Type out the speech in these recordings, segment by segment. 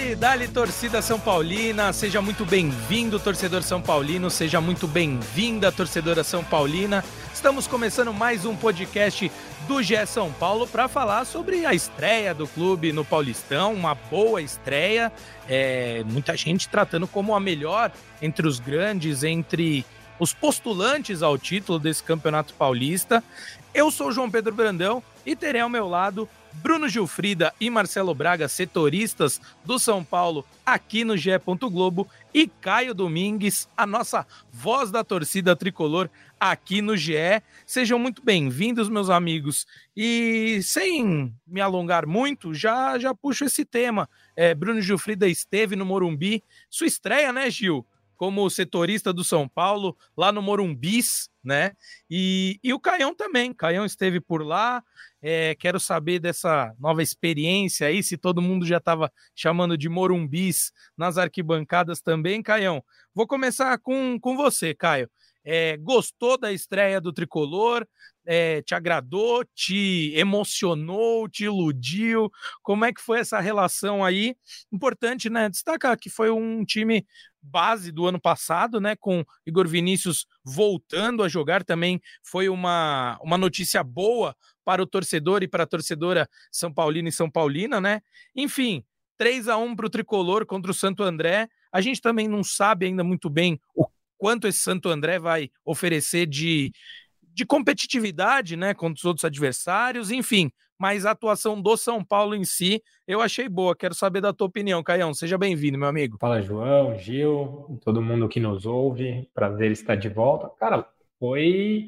Dali, torcida São Paulina, seja muito bem-vindo, torcedor São Paulino, seja muito bem-vinda, torcedora São Paulina. Estamos começando mais um podcast do GE São Paulo para falar sobre a estreia do clube no Paulistão, uma boa estreia, muita gente tratando como a melhor entre os grandes, entre os postulantes ao título desse Campeonato Paulista. Eu sou o João Pedro Brandão e terei ao meu lado Bruno Gilfrida e Marcelo Braga, setoristas do São Paulo aqui no GE. Globo, e Caio Domingues, a nossa voz da torcida tricolor aqui no GE. Sejam muito bem-vindos, meus amigos. E sem me alongar muito, já puxo esse tema. Bruno Gilfrida esteve no Morumbi, sua estreia, né, Gil? Como setorista do São Paulo, lá no Morumbis, né? E o Caião também. Caião esteve por lá. Quero saber dessa nova experiência aí, se todo mundo já estava chamando de Morumbis nas arquibancadas também. Caião, vou começar com você, Caio. Gostou da estreia do Tricolor? Te agradou? Te emocionou? Te iludiu? Como é que foi essa relação aí? Importante, né? Destacar que foi um time base do ano passado, né? Com Igor Vinícius voltando a jogar, também foi uma notícia boa para o torcedor e para a torcedora São Paulina e São Paulina, né? Enfim, 3-1 para o Tricolor contra o Santo André. A gente também não sabe ainda muito bem o quanto esse Santo André vai oferecer de competitividade, né, contra os outros adversários, enfim, mas a atuação do São Paulo em si, eu achei boa. Quero saber da tua opinião, Caião. Seja bem-vindo, meu amigo. Fala, João, Gil, todo mundo que nos ouve, prazer estar de volta. Cara, foi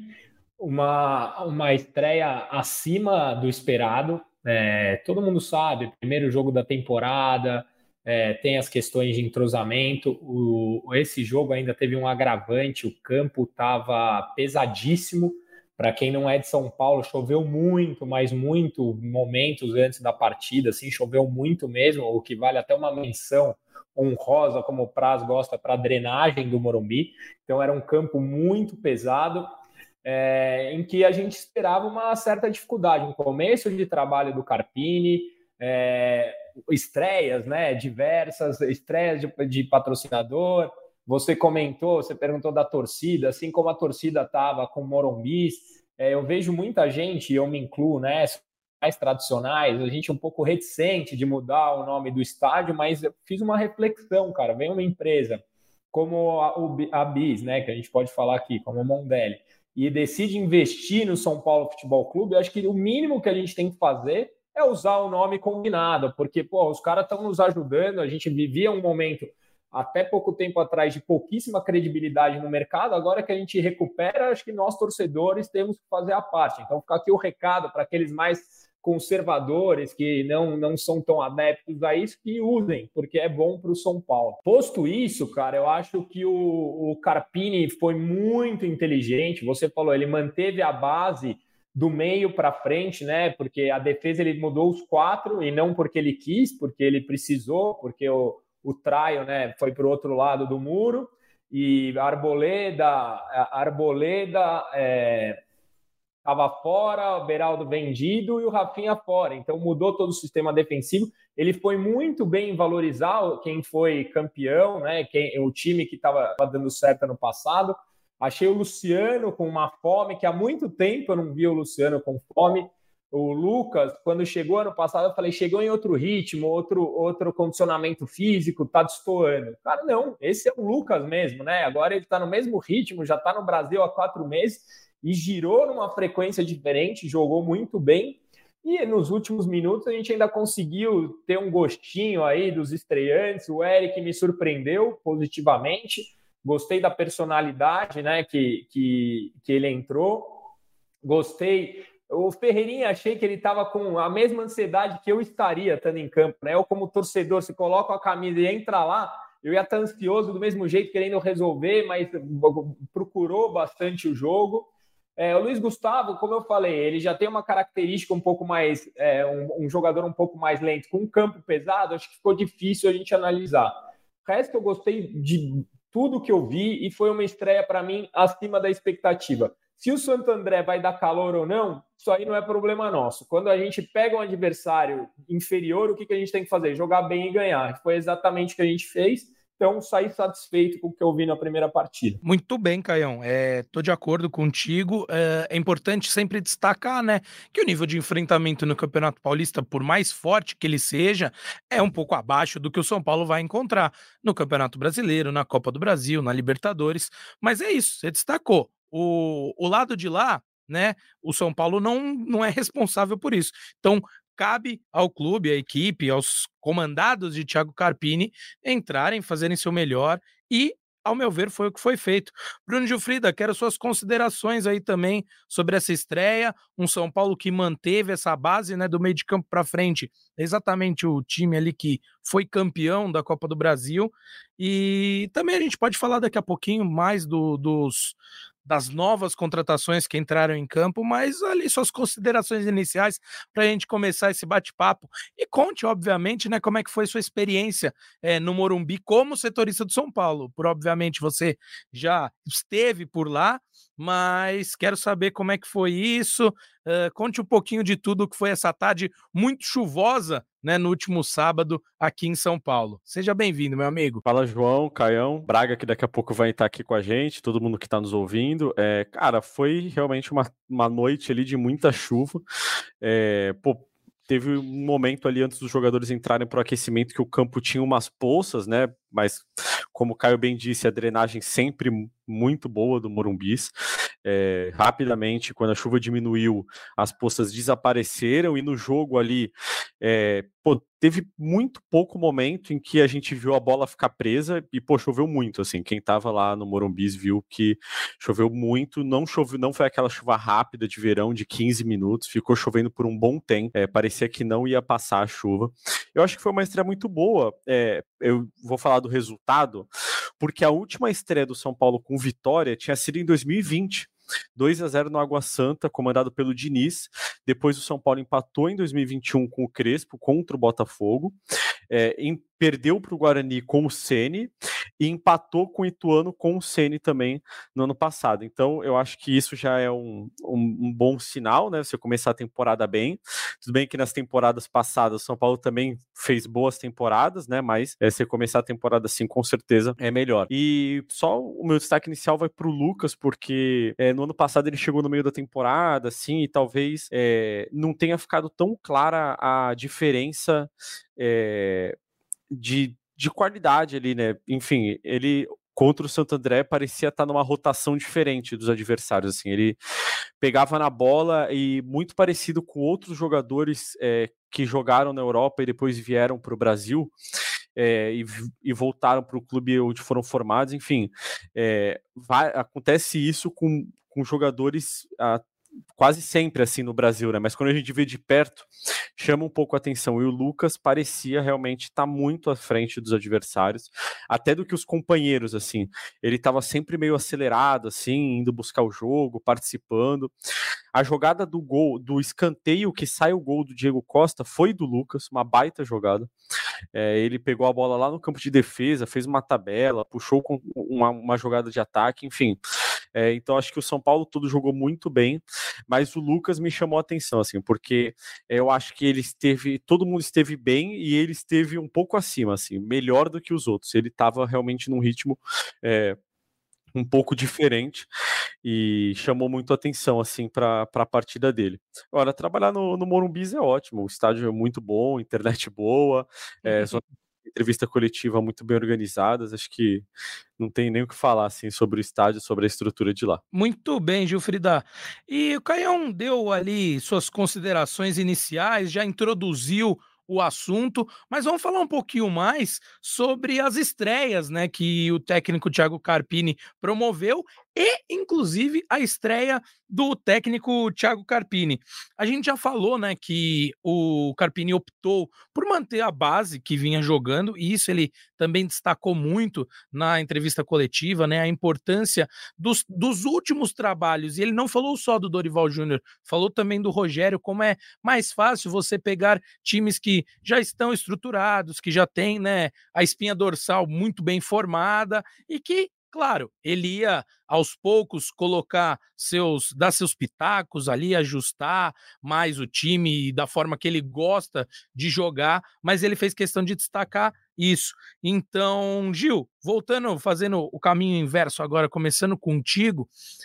uma estreia acima do esperado. Todo mundo sabe, primeiro jogo da temporada, tem as questões de entrosamento. Esse jogo ainda teve um agravante, o campo estava pesadíssimo. Para quem não é de São Paulo, choveu muito, mas muito momentos antes da partida, assim, choveu muito mesmo, o que vale até uma menção honrosa, como o Praz gosta, para a drenagem do Morumbi. Então era um campo muito pesado, em que a gente esperava uma certa dificuldade, um começo de trabalho do Carpini, estreias, né, diversas, estreias de patrocinador. Você comentou, você perguntou da torcida, assim como a torcida estava com o Morumbis, eu vejo muita gente, eu me incluo, né, mais tradicionais, a gente um pouco reticente de mudar o nome do estádio, mas eu fiz uma reflexão, cara, vem uma empresa como a BIS, né, que a gente pode falar aqui, como a Mondelli, e decide investir no São Paulo Futebol Clube, eu acho que o mínimo que a gente tem que fazer é usar o nome combinado, porque, os caras estão nos ajudando, a gente vivia um momento até pouco tempo atrás de pouquíssima credibilidade no mercado, agora que a gente recupera, acho que nós torcedores temos que fazer a parte. Então fica aqui o recado para aqueles mais conservadores que não são tão adeptos a isso, que usem, porque é bom para o São Paulo. Posto isso, cara, eu acho que o Carpini foi muito inteligente. Você falou, ele manteve a base do meio para frente, né? Porque a defesa ele mudou os 4 e não porque ele quis, porque ele precisou, porque o Traio, né, foi para o outro lado do muro, e a Arboleda estava fora, o Beraldo vendido e o Rafinha fora. Então mudou todo o sistema defensivo. Ele foi muito bem em valorizar quem foi campeão, né, o time que estava dando certo ano passado. Achei o Luciano com uma fome, que há muito tempo eu não vi o Luciano com fome. O Lucas, quando chegou ano passado, eu falei, chegou em outro ritmo, outro condicionamento físico, tá destoando. Cara, não, esse é o Lucas mesmo, né? Agora ele tá no mesmo ritmo, já tá no Brasil há 4 meses e girou numa frequência diferente, jogou muito bem. E nos últimos minutos a gente ainda conseguiu ter um gostinho aí dos estreantes. O Eric me surpreendeu positivamente. Gostei da personalidade, né, que ele entrou. Gostei. O Ferreirinha, achei que ele estava com a mesma ansiedade que eu estaria estando em campo, né? Eu, como torcedor, se coloca a camisa e entra lá, eu ia estar ansioso do mesmo jeito, querendo resolver, mas procurou bastante o jogo. O Luiz Gustavo, como eu falei, ele já tem uma característica um pouco mais, um jogador um pouco mais lento, com um campo pesado, acho que ficou difícil a gente analisar. O resto eu gostei de tudo que eu vi e foi uma estreia para mim acima da expectativa. Se o Santo André vai dar calor ou não, isso aí não é problema nosso. Quando a gente pega um adversário inferior, o que a gente tem que fazer? Jogar bem e ganhar. Foi exatamente o que a gente fez. Então, saí satisfeito com o que eu vi na primeira partida. Muito bem, Caião. Tô de acordo contigo. É importante sempre destacar, né, que o nível de enfrentamento no Campeonato Paulista, por mais forte que ele seja, é um pouco abaixo do que o São Paulo vai encontrar no Campeonato Brasileiro, na Copa do Brasil, na Libertadores. Mas é isso, você destacou. O lado de lá, né, o São Paulo não é responsável por isso. Então, cabe ao clube, à equipe, aos comandados de Thiago Carpini entrarem, fazerem seu melhor e, ao meu ver, foi o que foi feito. Bruno Gilfrida, quero suas considerações aí também sobre essa estreia, um São Paulo que manteve essa base, né, do meio de campo para frente, exatamente o time ali que foi campeão da Copa do Brasil, e também a gente pode falar daqui a pouquinho mais das novas contratações que entraram em campo, mas ali suas considerações iniciais para a gente começar esse bate-papo. E conte, obviamente, né, como é que foi sua experiência no Morumbi como setorista do São Paulo. Obviamente, você já esteve por lá, mas quero saber como é que foi isso. Conte um pouquinho de tudo que foi essa tarde muito chuvosa, né, no último sábado aqui em São Paulo. Seja bem-vindo, meu amigo. Fala, João, Caião, Braga, que daqui a pouco vai estar aqui com a gente, todo mundo que está nos ouvindo. Cara, foi realmente uma noite ali de muita chuva. Teve um momento ali antes dos jogadores entrarem para o aquecimento que o campo tinha umas poças, né? Mas, como o Caio bem disse, a drenagem sempre muito boa do Morumbis. Rapidamente, quando a chuva diminuiu, as poças desapareceram e no jogo ali, teve muito pouco momento em que a gente viu a bola ficar presa e, choveu muito, assim, quem tava lá no Morumbis viu que choveu muito, não foi aquela chuva rápida de verão de 15 minutos, ficou chovendo por um bom tempo, parecia que não ia passar a chuva. Eu acho que foi uma estreia muito boa, eu vou falar do resultado, porque a última estreia do São Paulo com vitória tinha sido em 2020, 2-0 no Água Santa, comandado pelo Diniz. Depois o São Paulo empatou em 2021 com o Crespo contra o Botafogo, perdeu para o Guarani com o Ceni e empatou com o Ituano com o Ceni também no ano passado. Então eu acho que isso já é um bom sinal, né? Você começar a temporada bem. Tudo bem que nas temporadas passadas o São Paulo também fez boas temporadas, né? Mas você começar a temporada assim com certeza é melhor. E só o meu destaque inicial vai para o Lucas, porque no ano passado ele chegou no meio da temporada, assim, e talvez não tenha ficado tão clara a diferença de qualidade ali, né? Enfim, ele contra o Santo André parecia estar numa rotação diferente dos adversários, assim, ele pegava na bola e muito parecido com outros jogadores que jogaram na Europa e depois vieram para o Brasil e voltaram para o clube onde foram formados, enfim, acontece isso com jogadores quase sempre assim no Brasil, né? Mas quando a gente vê de perto, chama um pouco a atenção. E o Lucas parecia realmente estar muito à frente dos adversários, até do que os companheiros, assim. Ele estava sempre meio acelerado, assim, indo buscar o jogo, participando. A jogada do gol, do escanteio que sai o gol do Diego Costa, foi do Lucas, uma baita jogada. Ele pegou a bola lá no campo de defesa, fez uma tabela, puxou com uma jogada de ataque, enfim. Então acho que o São Paulo todo jogou muito bem, mas o Lucas me chamou a atenção, assim, porque eu acho que todo mundo esteve bem e ele esteve um pouco acima, assim, melhor do que os outros. Ele estava realmente num ritmo um pouco diferente e chamou muito atenção, assim, para a partida dele. Agora, trabalhar no Morumbis é ótimo, o estádio é muito bom, internet boa, entrevista coletiva muito bem organizadas, acho que não tem nem o que falar, assim, sobre o estádio, sobre a estrutura de lá. Muito bem, Gilfrida. E o Caião deu ali suas considerações iniciais, já introduziu o assunto, mas vamos falar um pouquinho mais sobre as estreias, né, que o técnico Thiago Carpini promoveu e, inclusive, a estreia do técnico Thiago Carpini. A gente já falou, né, que o Carpini optou por manter a base que vinha jogando, e isso ele também destacou muito na entrevista coletiva, né, a importância dos últimos trabalhos, e ele não falou só do Dorival Júnior, falou também do Rogério, como é mais fácil você pegar times que já estão estruturados, que já têm, né, a espinha dorsal muito bem formada e que Claro, ele ia aos poucos dar seus pitacos ali, ajustar mais o time da forma que ele gosta de jogar, mas ele fez questão de destacar isso. Então, Gil, voltando, fazendo o caminho inverso agora, começando contigo,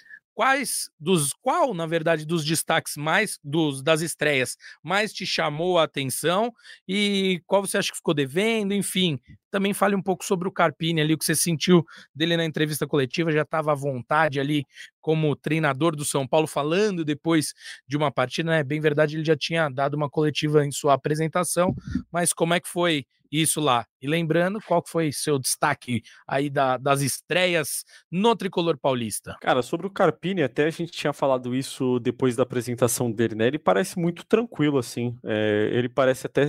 qual, na verdade, dos destaques das estreias mais te chamou a atenção e qual você acha que ficou devendo, enfim, também fale um pouco sobre o Carpini ali, o que você sentiu dele na entrevista coletiva, já estava à vontade ali como treinador do São Paulo, falando depois de uma partida, né? Bem verdade, ele já tinha dado uma coletiva em sua apresentação, mas como é que foi isso lá? E lembrando, qual foi seu destaque aí das estreias no Tricolor Paulista? Cara, sobre o Carpini, até a gente tinha falado isso depois da apresentação dele, né? Ele parece muito tranquilo, assim. Ele parece até.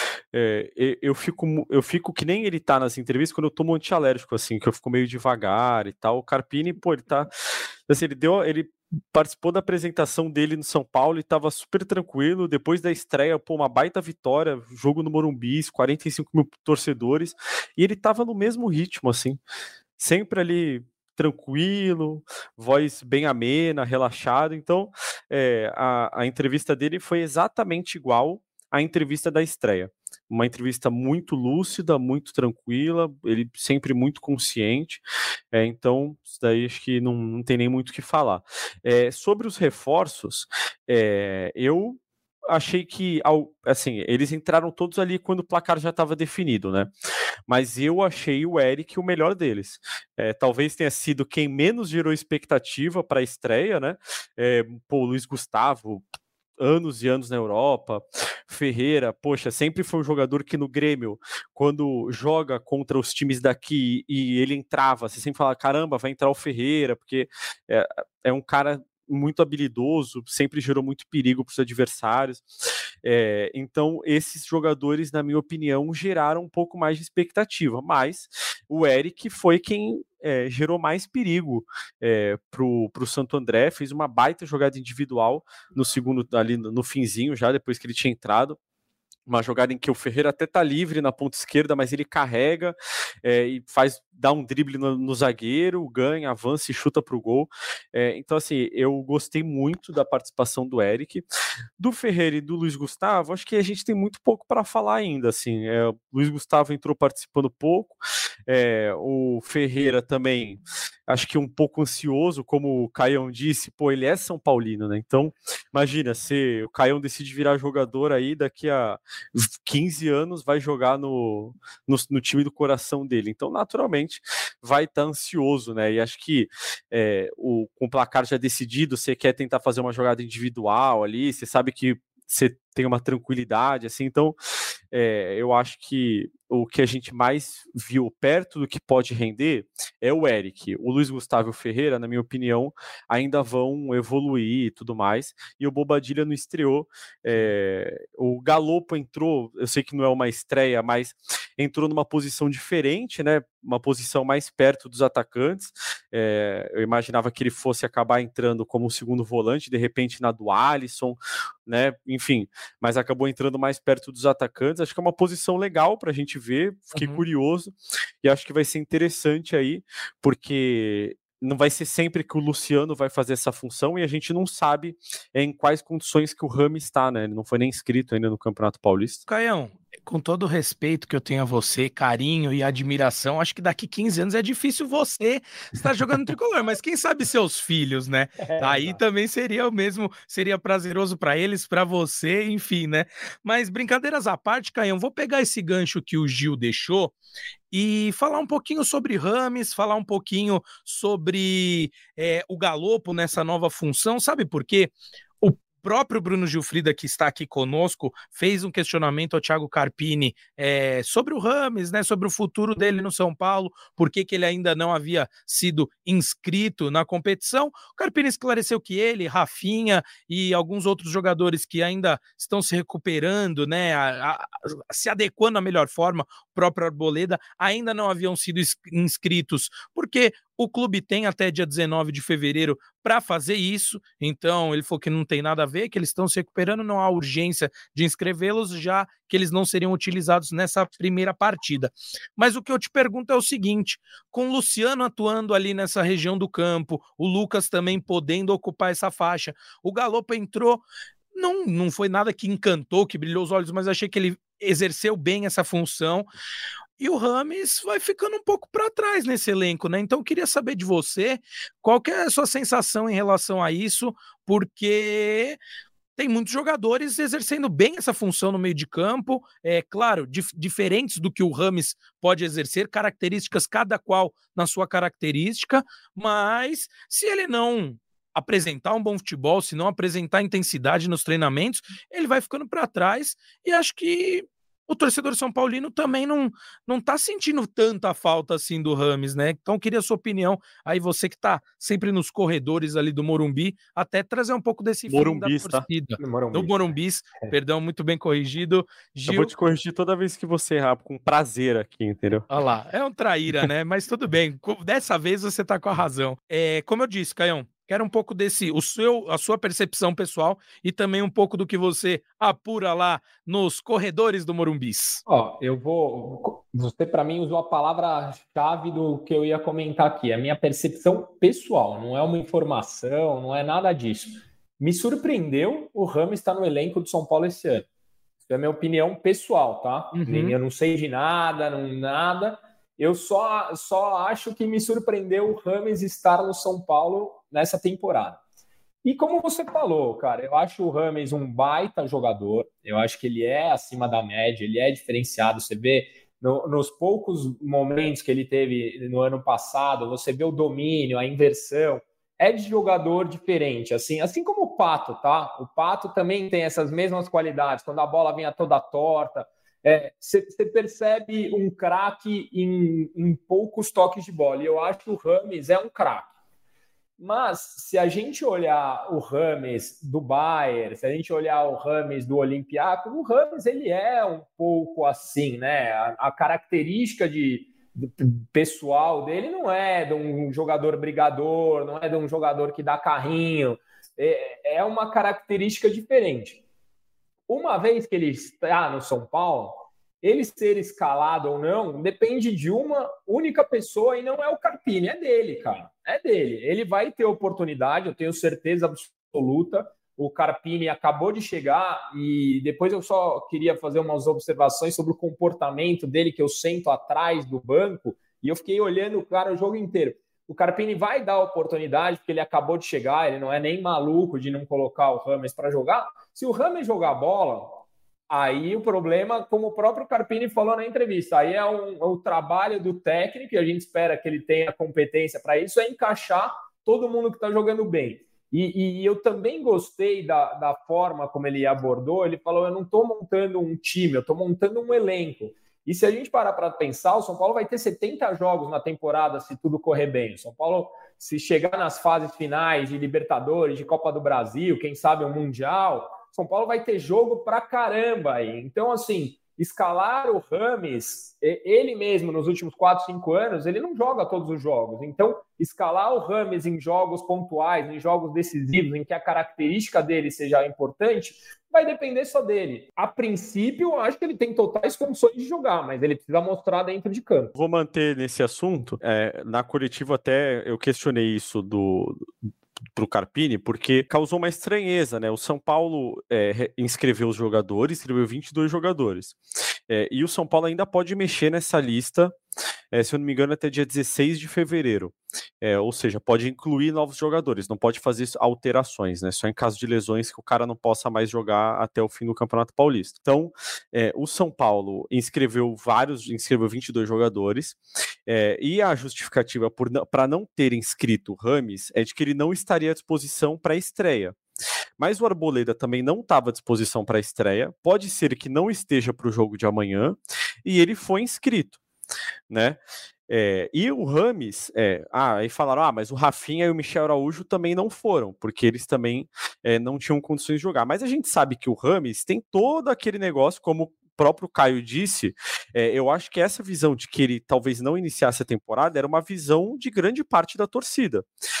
Eu fico que nem ele tá nas entrevistas quando eu tomo antialérgico, assim, que eu fico meio devagar e tal. O Carpini, pô, ele tá. Assim, ele participou da apresentação dele no São Paulo e estava super tranquilo. Depois da estreia, pô, uma baita vitória, jogo no Morumbi, 45 mil torcedores, e ele estava no mesmo ritmo, assim, sempre ali tranquilo, voz bem amena, relaxado. Então, a entrevista dele foi exatamente igual à entrevista da estreia. Uma entrevista muito lúcida, muito tranquila, ele sempre muito consciente, então isso daí acho que não tem nem muito o que falar. Sobre os reforços, eu achei que, assim, eles entraram todos ali quando o placar já estava definido, né? Mas eu achei o Eric o melhor deles. Talvez tenha sido quem menos gerou expectativa para a estreia, né? O Luiz Gustavo, anos e anos na Europa. Ferreira, poxa, sempre foi um jogador que no Grêmio, quando joga contra os times daqui e ele entrava, você sempre fala, caramba, vai entrar o Ferreira, porque é um cara muito habilidoso, sempre gerou muito perigo para os adversários. Então, esses jogadores, na minha opinião, geraram um pouco mais de expectativa, mas o Eric foi quem gerou mais perigo para o Santo André, fez uma baita jogada individual no segundo, ali no finzinho, já depois que ele tinha entrado. Uma jogada em que o Ferreira até tá livre na ponta esquerda, mas ele carrega e dá um drible no zagueiro, ganha, avança e chuta pro gol. Então, assim, eu gostei muito da participação do Eric. Do Ferreira e do Luiz Gustavo, acho que a gente tem muito pouco para falar ainda, assim. O Luiz Gustavo entrou participando pouco, o Ferreira também, acho que um pouco ansioso, como o Caião disse, pô, ele é São Paulino, né? Então, imagina, se o Caião decide virar jogador aí, daqui a 15 anos vai jogar no time do coração dele. Então, naturalmente, vai estar ansioso, né? E acho que com o placar já decidido, você quer tentar fazer uma jogada individual ali, você sabe que você tem uma tranquilidade, assim, então eu acho que o que a gente mais viu perto do que pode render é o Eric. O Luiz Gustavo e o Ferreira, na minha opinião, ainda vão evoluir e tudo mais, e o Bobadilla não estreou. O Galopo entrou, eu sei que não é uma estreia, mas entrou numa posição diferente, né? Uma posição mais perto dos atacantes. Eu imaginava que ele fosse acabar entrando como segundo volante, de repente na do Alisson, né? Enfim, mas acabou entrando mais perto dos atacantes. Acho que é uma posição legal para a gente ver. Fiquei curioso e acho que vai ser interessante aí, porque não vai ser sempre que o Luciano vai fazer essa função e a gente não sabe em quais condições que o Rami está, né? Ele não foi nem inscrito ainda no Campeonato Paulista. Caião, com todo o respeito que eu tenho a você, carinho e admiração, acho que daqui 15 anos é difícil você estar jogando no Tricolor, mas quem sabe seus filhos, né? Aí também seria o mesmo, seria prazeroso para eles, para você, enfim, né? Mas brincadeiras à parte, Caião, vou pegar esse gancho que o Gil deixou e falar um pouquinho sobre Rames, falar um pouquinho sobre o Galopo nessa nova função, sabe por quê? O próprio Bruno Gilfrida, que está aqui conosco, fez um questionamento ao Thiago Carpini sobre o Rames, né, sobre o futuro dele no São Paulo, por que ele ainda não havia sido inscrito na competição. O Carpini esclareceu que ele, Rafinha e alguns outros jogadores que ainda estão se recuperando, né, se adequando à melhor forma, o próprio Arboleda, ainda não haviam sido inscritos, porque o clube tem até dia 19 de fevereiro para fazer isso, então ele falou que não tem nada a ver, que eles estão se recuperando, não há urgência de inscrevê-los, já que eles não seriam utilizados nessa primeira partida. Mas o que eu te pergunto é o seguinte, com o Luciano atuando ali nessa região do campo, o Lucas também podendo ocupar essa faixa, o Galopo entrou, não foi nada que encantou, que brilhou os olhos, mas achei que ele exerceu bem essa função, e o Rames vai ficando um pouco para trás nesse elenco, né? Então eu queria saber de você, qual que é a sua sensação em relação a isso, porque tem muitos jogadores exercendo bem essa função no meio de campo, claro, diferentes do que o Rames pode exercer, características cada qual na sua característica, mas se ele não apresentar um bom futebol, se não apresentar intensidade nos treinamentos, ele vai ficando para trás, e acho que o torcedor São Paulino também não tá sentindo tanta falta assim do Rames, né? Então queria a sua opinião, aí você que tá sempre nos corredores ali do Morumbi, até trazer um pouco desse fim da torcida. Do Morumbis, perdão, muito bem corrigido. Gil... Eu vou te corrigir toda vez que você errar, com prazer aqui, entendeu? Olha lá, é um traíra, né? Mas tudo bem, dessa vez você tá com a razão. Como eu disse, Caião, quero um pouco a sua percepção pessoal e também um pouco do que você apura lá nos corredores do Morumbis. Você para mim usou a palavra-chave do que eu ia comentar aqui, a minha percepção pessoal, não é uma informação, não é nada disso. Me surpreendeu o Rames estar no elenco do São Paulo esse ano. Isso é a minha opinião pessoal, tá? Eu não sei de nada, nada. Eu só acho que me surpreendeu o Rames estar no São Paulo nessa temporada. E como você falou, cara, eu acho o Rames um baita jogador, eu acho que ele é acima da média, ele é diferenciado, você vê nos poucos momentos que ele teve no ano passado, você vê o domínio, a inversão, é de jogador diferente, assim como o Pato, tá? O Pato também tem essas mesmas qualidades, quando a bola vinha toda torta, você percebe um craque em poucos toques de bola, e eu acho que o Rames é um craque. Mas, se a gente olhar o Rames do Bayern, se a gente olhar o Rames do Olympiacos, o Rames ele é um pouco assim, né? A característica pessoal dele não é de um jogador brigador, não é de um jogador que dá carrinho, é uma característica diferente. Uma vez que ele está no São Paulo, ele ser escalado ou não depende de uma única pessoa e não é o Carpini, é dele, cara. É dele. Ele vai ter oportunidade, eu tenho certeza absoluta. O Carpini acabou de chegar e depois eu só queria fazer umas observações sobre o comportamento dele, que eu sento atrás do banco e eu fiquei olhando o cara o jogo inteiro. O Carpini vai dar oportunidade porque ele acabou de chegar, ele não é nem maluco de não colocar o Rames para jogar. Se o Rames jogar bola, aí o problema, como o próprio Carpini falou na entrevista, aí é o trabalho do técnico, e a gente espera que ele tenha competência para isso, é encaixar todo mundo que está jogando bem. E eu também gostei da forma como ele abordou, ele falou, eu não estou montando um time, eu estou montando um elenco. E se a gente parar para pensar, o São Paulo vai ter 70 jogos na temporada se tudo correr bem. O São Paulo, se chegar nas fases finais de Libertadores, de Copa do Brasil, quem sabe o Mundial, São Paulo vai ter jogo pra caramba aí. Então, assim, escalar o Rames, ele mesmo nos últimos 4, 5 anos, ele não joga todos os jogos. Então, escalar o Rames em jogos pontuais, em jogos decisivos, em que a característica dele seja importante, vai depender só dele. A princípio, eu acho que ele tem totais condições de jogar, mas ele precisa mostrar dentro de campo. Vou manter nesse assunto. Na coletiva até eu questionei isso pro Carpini, porque causou uma estranheza, né? O São Paulo inscreveu os jogadores, inscreveu 22 jogadores. E o São Paulo ainda pode mexer nessa lista, se eu não me engano, até dia 16 de fevereiro. Ou seja, pode incluir novos jogadores, não pode fazer alterações, né? Só em caso de lesões que o cara não possa mais jogar até o fim do Campeonato Paulista. Então, o São Paulo inscreveu 22 jogadores, e a justificativa para não ter inscrito o Rames é de que ele não estaria à disposição para a estreia. Mas o Arboleda também não estava à disposição para a estreia, pode ser que não esteja para o jogo de amanhã, e ele foi inscrito, né? E o Rames, aí falaram, mas o Rafinha e o Michel Araújo também não foram, porque eles também não tinham condições de jogar. Mas a gente sabe que o Rames tem todo aquele negócio, como o próprio Caio disse, eu acho que essa visão de que ele talvez não iniciasse a temporada era uma visão de grande parte da torcida.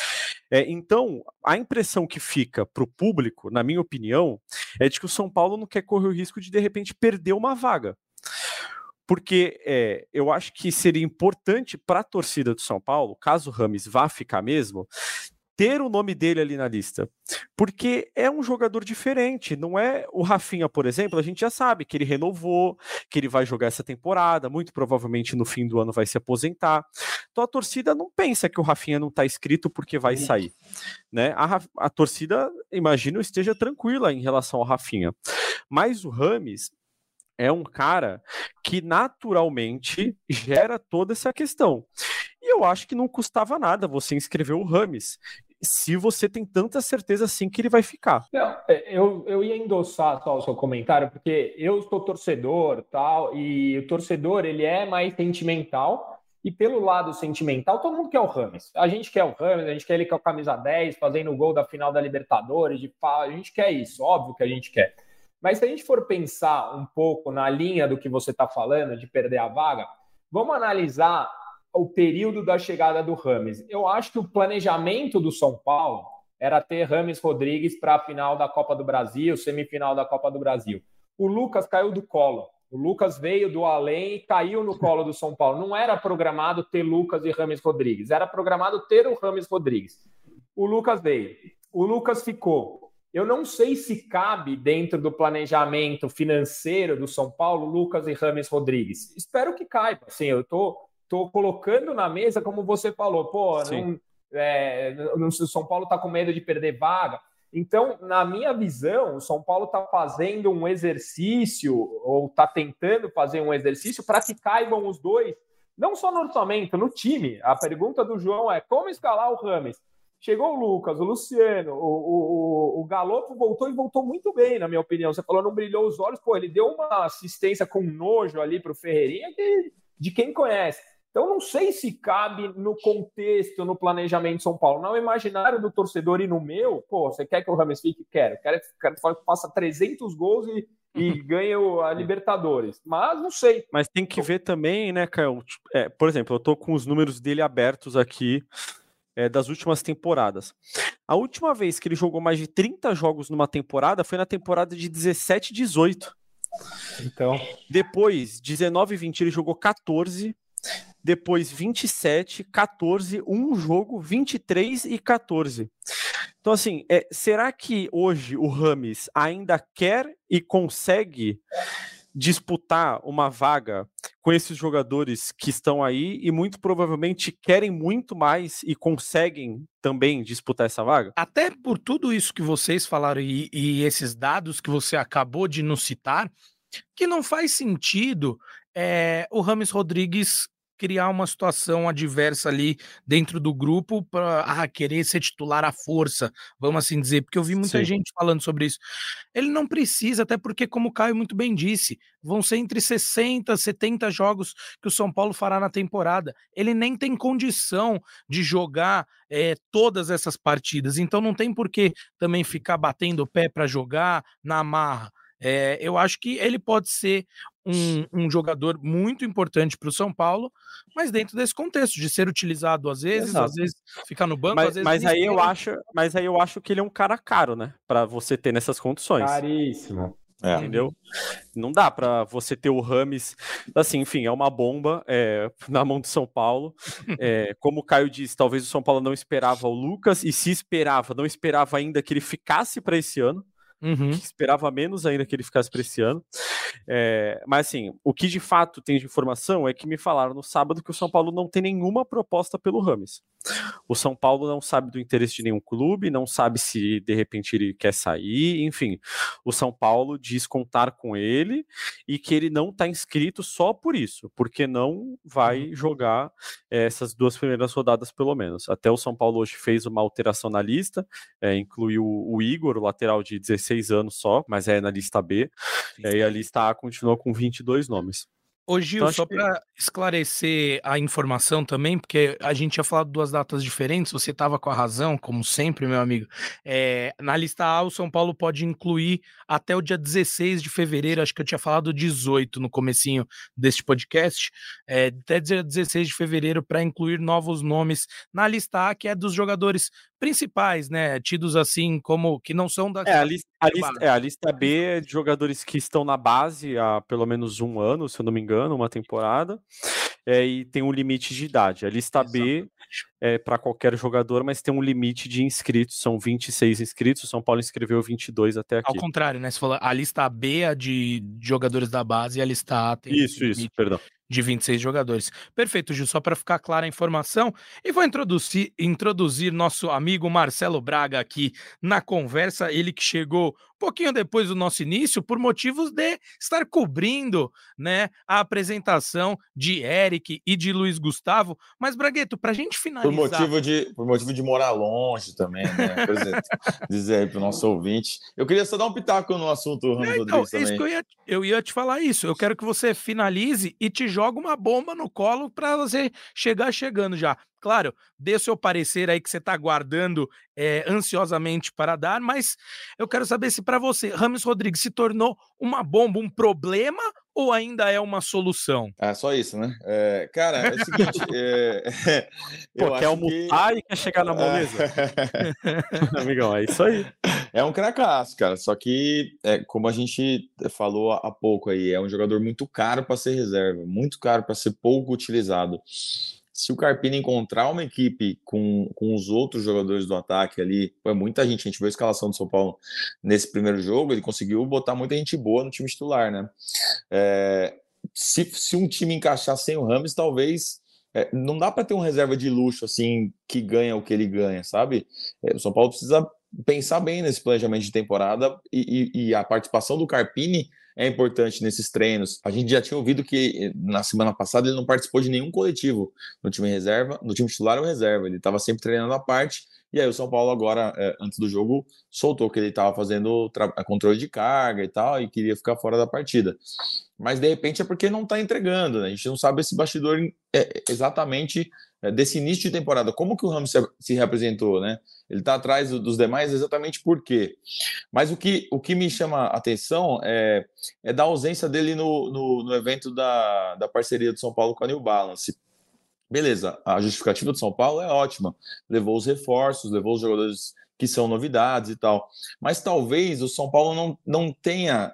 Então, a impressão que fica para o público, na minha opinião, é de que o São Paulo não quer correr o risco de repente, perder uma vaga. Porque eu acho que seria importante para a torcida do São Paulo, caso o Rames vá ficar mesmo, ter o nome dele ali na lista, porque é um jogador diferente, não é o Rafinha, por exemplo, a gente já sabe que ele renovou, que ele vai jogar essa temporada, muito provavelmente no fim do ano vai se aposentar, então a torcida não pensa que o Rafinha não está inscrito porque vai sair, né? A torcida, imagino, esteja tranquila em relação ao Rafinha, mas o Rames é um cara que naturalmente gera toda essa questão. E eu acho que não custava nada você inscrever o Rames, se você tem tanta certeza assim que ele vai ficar. Não, eu ia endossar só o seu comentário, porque eu sou torcedor, tal, e o torcedor ele é mais sentimental, e pelo lado sentimental, todo mundo quer o Rames. A gente quer o Rames, a gente quer ele com a camisa 10, fazendo o gol da final da Libertadores, a gente quer isso, óbvio que a gente quer. Mas se a gente for pensar um pouco na linha do que você está falando, de perder a vaga, vamos analisar o período da chegada do Rames. Eu acho que o planejamento do São Paulo era ter Rames Rodrigues para a final da Copa do Brasil, semifinal da Copa do Brasil. O Lucas caiu do colo. O Lucas veio do além e caiu no colo do São Paulo. Não era programado ter Lucas e Rames Rodrigues. Era programado ter o Rames Rodrigues. O Lucas veio. O Lucas ficou. Eu não sei se cabe dentro do planejamento financeiro do São Paulo Lucas e Rames Rodrigues. Espero que caiba. Assim, eu estou colocando na mesa, como você falou, o São Paulo está com medo de perder vaga. Então, na minha visão, o São Paulo está fazendo um exercício, ou está tentando fazer um exercício para que caibam os dois, não só no orçamento, no time. A pergunta do João é como escalar o Rames? Chegou o Lucas, o Luciano, o Galopo voltou e voltou muito bem, na minha opinião. Você falou, não brilhou os olhos, ele deu uma assistência com nojo ali para o Ferreirinha, de quem conhece. Então, não sei se cabe no contexto, no planejamento de São Paulo. No imaginário do torcedor e no meu, você quer que o Rames fique? Quero que faça 300 gols e ganhe a Libertadores. Mas não sei. Mas tem que ver também, né, Caio? Por exemplo, eu tô com os números dele abertos aqui das últimas temporadas. A última vez que ele jogou mais de 30 jogos numa temporada foi na temporada de 17 e 18. Então. Depois, 19 e 20, ele jogou 14. Depois 27, 14, um jogo, 23 e 14. Então, assim, será que hoje o Rames ainda quer e consegue disputar uma vaga com esses jogadores que estão aí e muito provavelmente querem muito mais e conseguem também disputar essa vaga? Até por tudo isso que vocês falaram e esses dados que você acabou de nos citar, que não faz sentido o Rames Rodrigues criar uma situação adversa ali dentro do grupo para querer ser titular à força, vamos assim dizer, porque eu vi muita gente falando sobre isso. Ele não precisa, até porque, como o Caio muito bem disse, vão ser entre 60 e 70 jogos que o São Paulo fará na temporada. Ele nem tem condição de jogar todas essas partidas, então não tem por que também ficar batendo o pé para jogar na marra. Eu acho que ele pode ser um jogador muito importante para o São Paulo, mas dentro desse contexto, de ser utilizado às vezes ficar no banco, às vezes... Mas aí eu acho que ele é um cara caro, né? Para você ter nessas condições. Caríssimo. Entendeu? Não dá para você ter o Rames, assim, enfim, é uma bomba na mão do São Paulo. Como o Caio disse, talvez o São Paulo não esperava o Lucas, e se esperava, não esperava ainda que ele ficasse para esse ano. Que esperava menos ainda que ele ficasse para esse ano. Mas assim, o que de fato tem de informação é que me falaram no sábado que o São Paulo não tem nenhuma proposta pelo Rames. O São Paulo não sabe do interesse de nenhum clube, não sabe se de repente ele quer sair, enfim. O São Paulo diz contar com ele e que ele não está inscrito só por isso, porque não vai jogar essas 2 primeiras rodadas pelo menos. Até o São Paulo hoje fez uma alteração na lista, incluiu o Igor, o lateral de 16 anos só, mas é na lista B, e a lista A continua com 22 nomes. Ô Gil, então, só para esclarecer a informação também, porque a gente tinha falado 2 datas diferentes, você estava com a razão, como sempre, meu amigo. Na lista A, o São Paulo pode incluir até o dia 16 de fevereiro, acho que eu tinha falado 18 no comecinho deste podcast, até dia 16 de fevereiro para incluir novos nomes na lista A, que é dos jogadores principais, né? Tidos assim como que não são da. A lista B é de jogadores que estão na base há pelo menos um ano, se eu não me engano, uma temporada, e tem um limite de idade. A lista B é para qualquer jogador, mas tem um limite de inscritos, são 26 inscritos, o São Paulo inscreveu 22 até aqui. Ao contrário, né? Você falou, a lista B é de jogadores da base e a lista A tem isso, perdão. De 26 jogadores. Perfeito, Gil, só para ficar clara a informação. E vou introduzir nosso amigo Marcelo Braga aqui na conversa, ele que chegou um pouquinho depois do nosso início, por motivos de estar cobrindo, né, a apresentação de Eric e de Luiz Gustavo. Mas, Bragueto, para a gente finalizar... Por motivo de morar longe também, né? Por exemplo, dizer aí para o nosso ouvinte. Eu queria só dar um pitaco no assunto Ramos Rodrigues também. Isso que eu ia te falar isso. Eu quero que você finalize e te joga uma bomba no colo para você chegar chegando já. Claro, dê o seu parecer aí que você está aguardando ansiosamente para dar, mas eu quero saber se para você, Rames Rodrigues se tornou uma bomba, um problema ou ainda é uma solução? Só isso, né? Cara, é o seguinte... quer almoçar e quer chegar na moleza? Amigão, é isso aí. É um cracaço, cara. Só que, como a gente falou há pouco aí, é um jogador muito caro para ser reserva, muito caro para ser pouco utilizado. Se o Carpini encontrar uma equipe com os outros jogadores do ataque ali, muita gente, a gente viu a escalação do São Paulo nesse primeiro jogo, ele conseguiu botar muita gente boa no time titular, né? Se um time encaixar sem o Rames, talvez... não dá para ter um reserva de luxo, assim, que ganha o que ele ganha, sabe? O São Paulo precisa pensar bem nesse planejamento de temporada e a participação do Carpini é importante nesses treinos. A gente já tinha ouvido que na semana passada ele não participou de nenhum coletivo no time reserva, no time titular ou reserva, ele estava sempre treinando à parte, e aí o São Paulo agora, antes do jogo, soltou que ele estava fazendo controle de carga e tal, e queria ficar fora da partida. Mas de repente é porque não está entregando, né? A gente não sabe esse bastidor exatamente desse início de temporada, como que o Ramos se representou, né? Ele está atrás dos demais exatamente por quê? Mas o que me chama a atenção é da ausência dele no evento da parceria do São Paulo com a New Balance. Beleza, a justificativa do São Paulo é ótima, levou os reforços, levou os jogadores que são novidades e tal, mas talvez o São Paulo não tenha...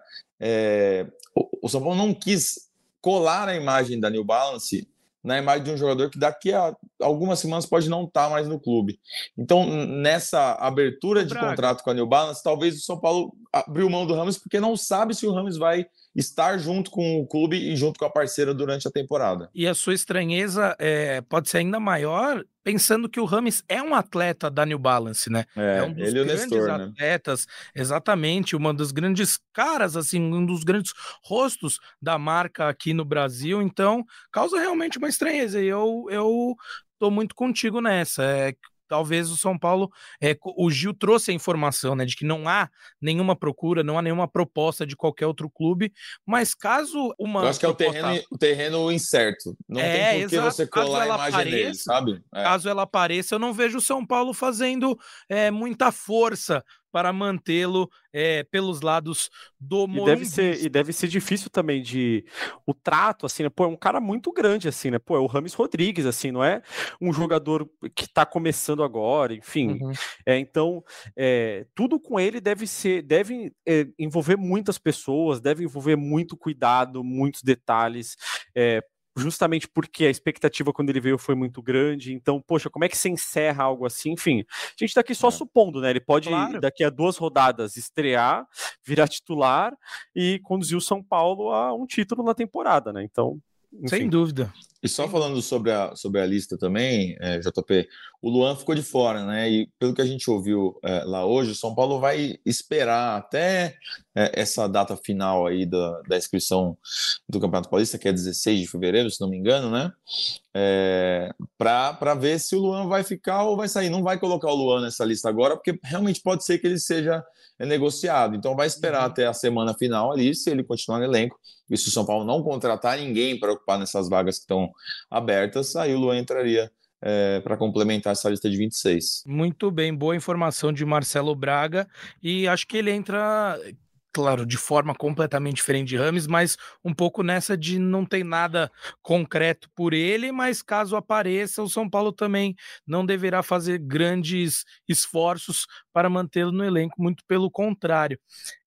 o São Paulo não quis colar a imagem da New Balance na imagem de um jogador que daqui a algumas semanas pode não estar mais no clube. Então, nessa abertura de contrato com a New Balance, talvez o São Paulo abriu mão do Ramos porque não sabe se o Ramos vai estar junto com o clube e junto com a parceira durante a temporada. E a sua estranheza pode ser ainda maior pensando que o Rames é um atleta da New Balance, né? É um dos grandes atletas, exatamente, uma das grandes caras, assim, um dos grandes rostos da marca aqui no Brasil, então causa realmente uma estranheza, e eu tô muito contigo nessa, talvez o São Paulo, o Gil trouxe a informação, né, de que não há nenhuma procura, não há nenhuma proposta de qualquer outro clube, mas caso uma... Eu acho que é o terreno incerto, não tem por que você colar a imagem dele, sabe? Caso ela apareça, eu não vejo o São Paulo fazendo muita força para mantê-lo pelos lados do Morumbi. E deve ser difícil também o trato, assim, né? Pô, é um cara muito grande, assim, né? Pô, é o Rames Rodrigues, assim, não é um jogador que tá começando agora, enfim. Uhum. Então, tudo com ele deve envolver muitas pessoas, deve envolver muito cuidado, muitos detalhes, justamente porque a expectativa quando ele veio foi muito grande, então, poxa, como é que você encerra algo assim? Enfim, a gente tá aqui só supondo, né? Ele pode, daqui a 2 rodadas, estrear, virar titular e conduzir o São Paulo a um título na temporada, né? Então, enfim. Sem dúvida. E só falando sobre a lista também, JP, o Luan ficou de fora, né? E pelo que a gente ouviu lá hoje, o São Paulo vai esperar até essa data final aí da inscrição do Campeonato Paulista, que é 16 de fevereiro, se não me engano, né? Para ver se o Luan vai ficar ou vai sair. Não vai colocar o Luan nessa lista agora, porque realmente pode ser que ele seja negociado. Então vai esperar até a semana final ali, se ele continuar no elenco. E se o São Paulo não contratar ninguém para ocupar nessas vagas que estão abertas, aí o Luan entraria para complementar essa lista de 26. Muito bem, boa informação de Marcelo Braga, e acho que ele entra claro, de forma completamente diferente de Rames, mas um pouco nessa de não ter nada concreto por ele, mas caso apareça, o São Paulo também não deverá fazer grandes esforços para mantê-lo no elenco, muito pelo contrário.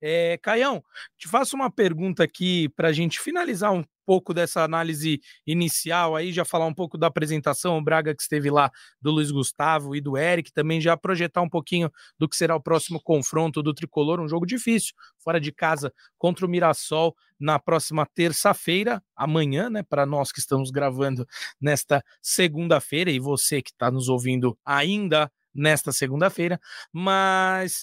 Caião, te faço uma pergunta aqui para a gente finalizar um pouco dessa análise inicial aí, já falar um pouco da apresentação, o Braga que esteve lá, do Luiz Gustavo e do Eric, também já projetar um pouquinho do que será o próximo confronto do Tricolor, um jogo difícil, fora de casa, contra o Mirassol, na próxima terça-feira, amanhã, né, para nós que estamos gravando nesta segunda-feira, e você que está nos ouvindo ainda nesta segunda-feira, mas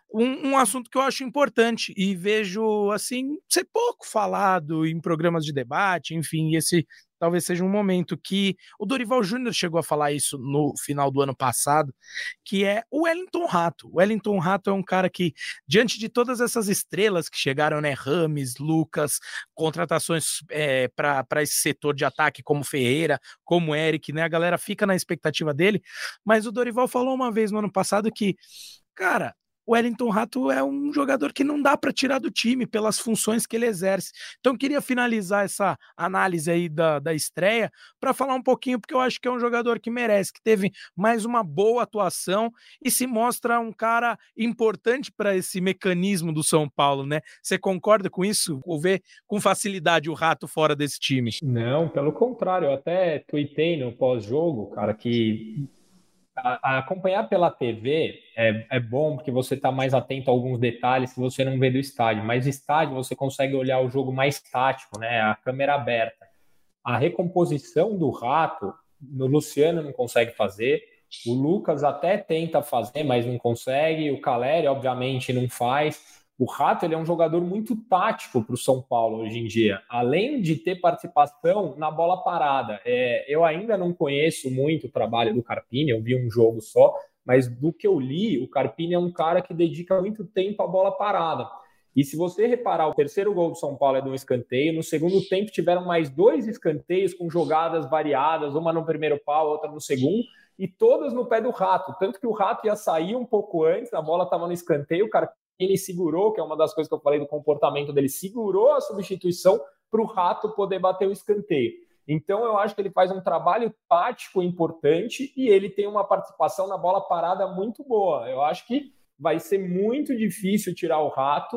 um assunto que eu acho importante e vejo, assim, ser pouco falado em programas de debate, enfim, esse talvez seja um momento que o Dorival Júnior chegou a falar isso no final do ano passado, que é o Wellington Rato. O Wellington Rato é um cara que, diante de todas essas estrelas que chegaram, né, Rames, Lucas, contratações para esse setor de ataque como Ferreira, como Eric, né, a galera fica na expectativa dele, mas o Dorival falou uma vez no ano passado que, cara, o Wellington Rato é um jogador que não dá para tirar do time pelas funções que ele exerce. Então, queria finalizar essa análise aí da estreia para falar um pouquinho, porque eu acho que é um jogador que merece, que teve mais uma boa atuação e se mostra um cara importante para esse mecanismo do São Paulo, né? Você concorda com isso? Ou vê com facilidade o Rato fora desse time? Não, pelo contrário, eu até tuitei no pós-jogo, cara, que acompanhar pela TV é bom porque você está mais atento a alguns detalhes que você não vê do estádio, mas no estádio você consegue olhar o jogo mais tático, né? A câmera aberta. A recomposição do Rato, no Luciano não consegue fazer, o Lucas até tenta fazer, mas não consegue, o Calleri obviamente não faz. O Rato, ele é um jogador muito tático para o São Paulo hoje em dia, além de ter participação na bola parada. Eu ainda não conheço muito o trabalho do Carpini, eu vi um jogo só, mas do que eu li, o Carpini é um cara que dedica muito tempo à bola parada. E se você reparar, o terceiro gol do São Paulo é de um escanteio, no segundo tempo tiveram mais 2 escanteios com jogadas variadas, uma no primeiro pau, outra no segundo, e todas no pé do Rato, tanto que o Rato ia sair um pouco antes, a bola estava no escanteio, o Carpini ele segurou, que é uma das coisas que eu falei do comportamento dele, segurou a substituição para o Rato poder bater o escanteio. Então eu acho que ele faz um trabalho tático importante e ele tem uma participação na bola parada muito boa. Eu acho que vai ser muito difícil tirar o Rato,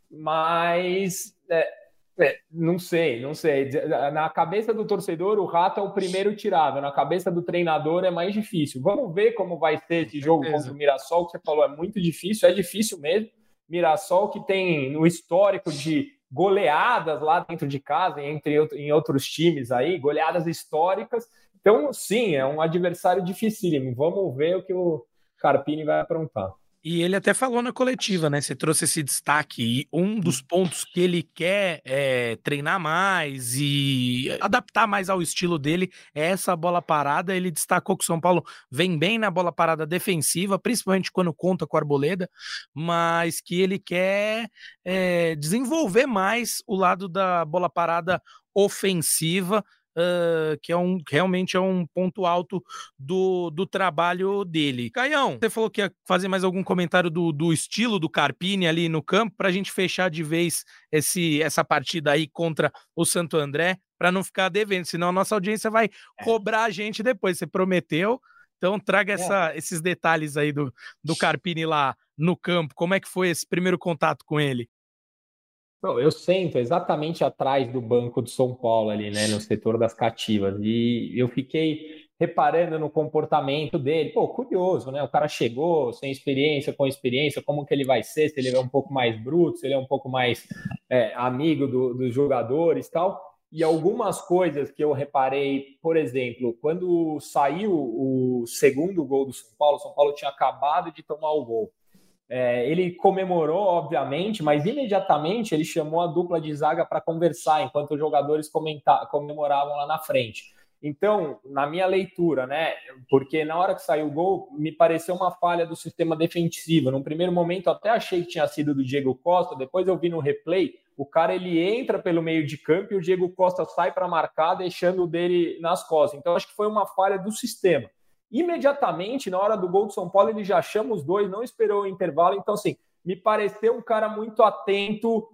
mas não sei. Na cabeça do torcedor, o Rato é o primeiro tirável. Na cabeça do treinador é mais difícil. Vamos ver como vai ser esse jogo contra o Mirassol, que você falou, é muito difícil, é difícil mesmo. Mirassol que tem no histórico de goleadas lá dentro de casa, em outros times aí, goleadas históricas. Então, sim, é um adversário dificílimo. Vamos ver o que o Carpini vai aprontar. E ele até falou na coletiva, né? Você trouxe esse destaque. E um dos pontos que ele quer treinar mais e adaptar mais ao estilo dele é essa bola parada. Ele destacou que o São Paulo vem bem na bola parada defensiva, principalmente quando conta com a Arboleda, mas que ele quer desenvolver mais o lado da bola parada ofensiva, que realmente é um ponto alto do trabalho dele. Caião, você falou que ia fazer mais algum comentário do estilo do Carpini ali no campo, para a gente fechar de vez essa partida aí contra o Santo André, para não ficar devendo, senão a nossa audiência vai cobrar a gente depois. Você prometeu, então traga esses detalhes aí do Carpini lá no campo. Como é que foi esse primeiro contato com ele? Eu sento exatamente atrás do banco do São Paulo ali, né, no setor das cativas, e eu fiquei reparando no comportamento dele. Curioso, né? O cara chegou sem experiência, com experiência, como que ele vai ser, se ele é um pouco mais bruto, se ele é um pouco mais amigo dos jogadores e tal. E algumas coisas que eu reparei, por exemplo, quando saiu o segundo gol do São Paulo tinha acabado de tomar o gol. Ele comemorou, obviamente, mas imediatamente ele chamou a dupla de zaga para conversar, enquanto os jogadores comemoravam lá na frente. Então, na minha leitura, né, porque na hora que saiu o gol, me pareceu uma falha do sistema defensivo. Num primeiro momento, eu até achei que tinha sido do Diego Costa, depois eu vi no replay, o cara ele entra pelo meio de campo e o Diego Costa sai para marcar, deixando o dele nas costas. Então, acho que foi uma falha do sistema. Imediatamente, na hora do gol do São Paulo, ele já chama os dois, não esperou o intervalo. Então, assim, me pareceu um cara muito atento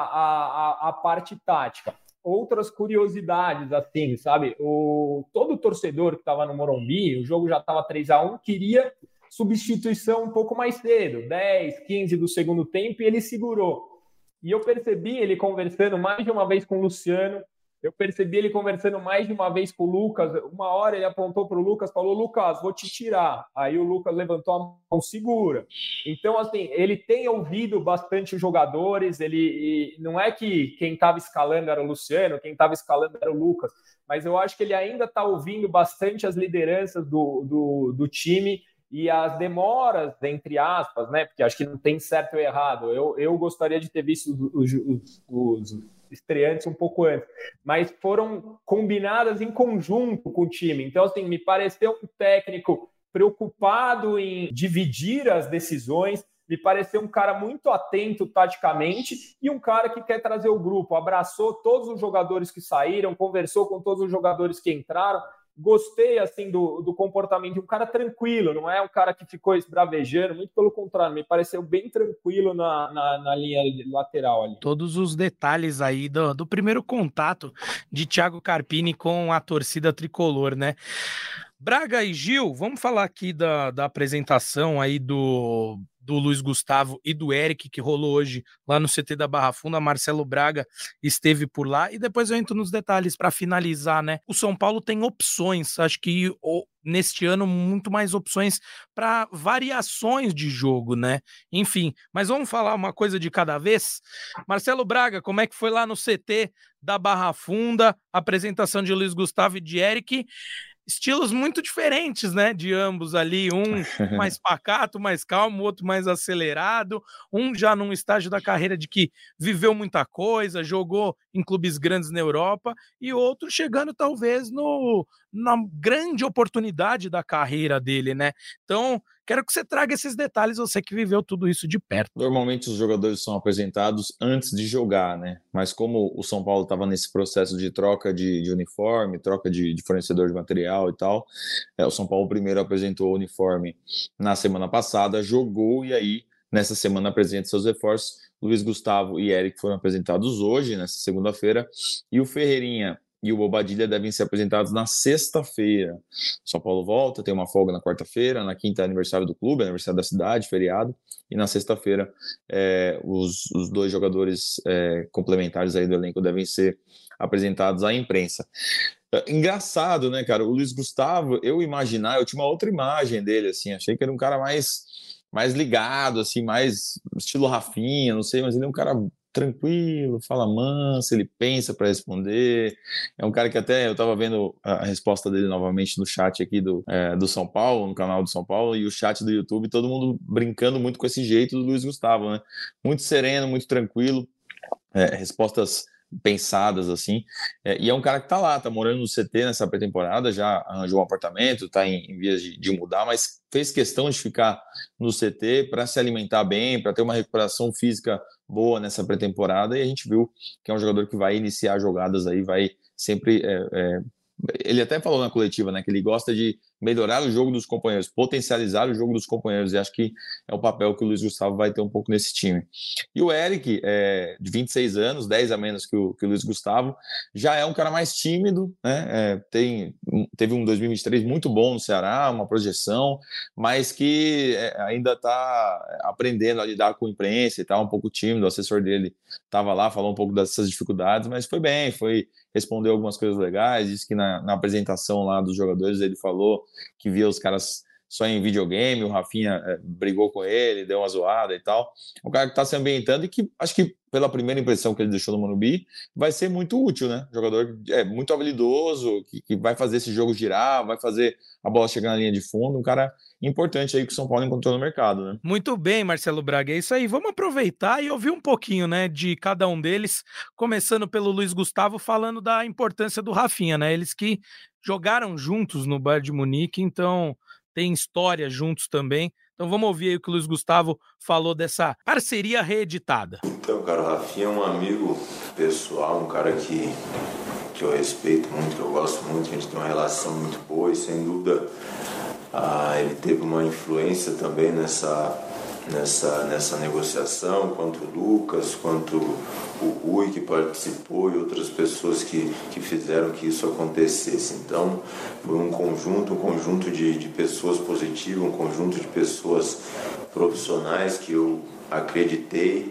à parte tática. Outras curiosidades, assim, sabe? Todo torcedor que estava no Morumbi, o jogo já estava 3-1, queria substituição um pouco mais cedo, 10, 15 do segundo tempo, e ele segurou. E eu percebi ele conversando mais de uma vez com o Luciano, eu percebi ele conversando mais de uma vez com o Lucas. Uma hora ele apontou para o Lucas, falou: Lucas, vou te tirar. Aí o Lucas levantou a mão, segura. Então, assim, ele tem ouvido bastante os jogadores. Ele não é que quem estava escalando era o Luciano, quem estava escalando era o Lucas, mas eu acho que ele ainda está ouvindo bastante as lideranças do time e as demoras, entre aspas, né? Porque acho que não tem certo ou errado. Eu gostaria de ter visto os estreantes um pouco antes, mas foram combinadas em conjunto com o time. Então, assim, me pareceu um técnico preocupado em dividir as decisões, me pareceu um cara muito atento taticamente e um cara que quer trazer o grupo, abraçou todos os jogadores que saíram, conversou com todos os jogadores que entraram. Gostei, assim, do comportamento de um cara tranquilo, não é um cara que ficou esbravejando, muito pelo contrário, me pareceu bem tranquilo na linha lateral ali. Todos os detalhes aí do primeiro contato de Thiago Carpini com a torcida tricolor, né? Braga e Gil, vamos falar aqui da apresentação aí do Luiz Gustavo e do Eric, que rolou hoje lá no CT da Barra Funda. Marcelo Braga esteve por lá, e depois eu entro nos detalhes para finalizar, né? O São Paulo tem opções, acho que neste ano muito mais opções para variações de jogo, né? Enfim, mas vamos falar uma coisa de cada vez. Marcelo Braga, como é que foi lá no CT da Barra Funda, a apresentação de Luiz Gustavo e de Eric? Estilos muito diferentes, né, de ambos ali, um mais pacato, mais calmo, o outro mais acelerado, um já num estágio da carreira de que viveu muita coisa, jogou em clubes grandes na Europa, e outro chegando talvez na grande oportunidade da carreira dele, né? Então, quero que você traga esses detalhes, você que viveu tudo isso de perto. Normalmente os jogadores são apresentados antes de jogar, né? Mas como o São Paulo estava nesse processo de troca de uniforme, troca de fornecedor de material e tal, o São Paulo primeiro apresentou o uniforme na semana passada, jogou, e aí nessa semana apresenta seus reforços. Luiz Gustavo e Eric foram apresentados hoje, nessa segunda-feira, e o Ferreirinha e o Bobadilha devem ser apresentados na sexta-feira. São Paulo volta, tem uma folga na quarta-feira, na quinta é aniversário do clube, aniversário da cidade, feriado, e na sexta-feira os dois jogadores complementares aí do elenco devem ser apresentados à imprensa. Engraçado, né, cara? O Luiz Gustavo, eu tinha uma outra imagem dele, assim, achei que era um cara mais ligado, assim, mais estilo Rafinha, não sei, mas ele é um cara tranquilo, fala manso, ele pensa para responder, é um cara que até, eu estava vendo a resposta dele novamente no chat aqui do São Paulo, no canal do São Paulo, e o chat do YouTube, todo mundo brincando muito com esse jeito do Luiz Gustavo, né? Muito sereno, muito tranquilo, respostas pensadas, assim, e é um cara que tá lá, tá morando no CT nessa pré-temporada, já arranjou um apartamento, tá em vias de mudar, mas fez questão de ficar no CT para se alimentar bem, para ter uma recuperação física boa nessa pré-temporada, e a gente viu que é um jogador que vai iniciar jogadas aí, vai sempre... ele até falou na coletiva, né, que ele gosta de melhorar o jogo dos companheiros, potencializar o jogo dos companheiros, e acho que é o papel que o Luiz Gustavo vai ter um pouco nesse time. E o Eric, de 26 anos, 10 a menos que o Luiz Gustavo, já é um cara mais tímido, né, teve um 2023 muito bom no Ceará, uma projeção, mas que ainda está aprendendo a lidar com a imprensa e tal, um pouco tímido, o assessor dele estava lá, falou um pouco dessas dificuldades, mas foi bem, respondeu algumas coisas legais, disse que na apresentação lá dos jogadores ele falou que via os caras só em videogame, o Rafinha brigou com ele, deu uma zoada e tal. É um cara que está se ambientando e que acho que pela primeira impressão que ele deixou no Morumbi, vai ser muito útil, né? Jogador muito habilidoso, que vai fazer esse jogo girar, vai fazer a bola chegar na linha de fundo, um cara importante aí que o São Paulo encontrou no mercado, né? Muito bem, Marcelo Braga, é isso aí. Vamos aproveitar e ouvir um pouquinho, né, de cada um deles, começando pelo Luiz Gustavo, falando da importância do Rafinha, né? Eles que jogaram juntos no Bayern de Munique, então tem história juntos também. Então vamos ouvir aí o que o Luiz Gustavo falou dessa parceria reeditada. Então, cara, o Rafinha é um amigo pessoal, um cara que eu respeito muito, que eu gosto muito, que a gente tem uma relação muito boa e sem dúvida ele teve uma influência também nessa nessa negociação, quanto o Lucas, quanto o Rui, que participou, e outras pessoas que fizeram que isso acontecesse. Então, foi um conjunto de pessoas positivas, um conjunto de pessoas profissionais que eu acreditei,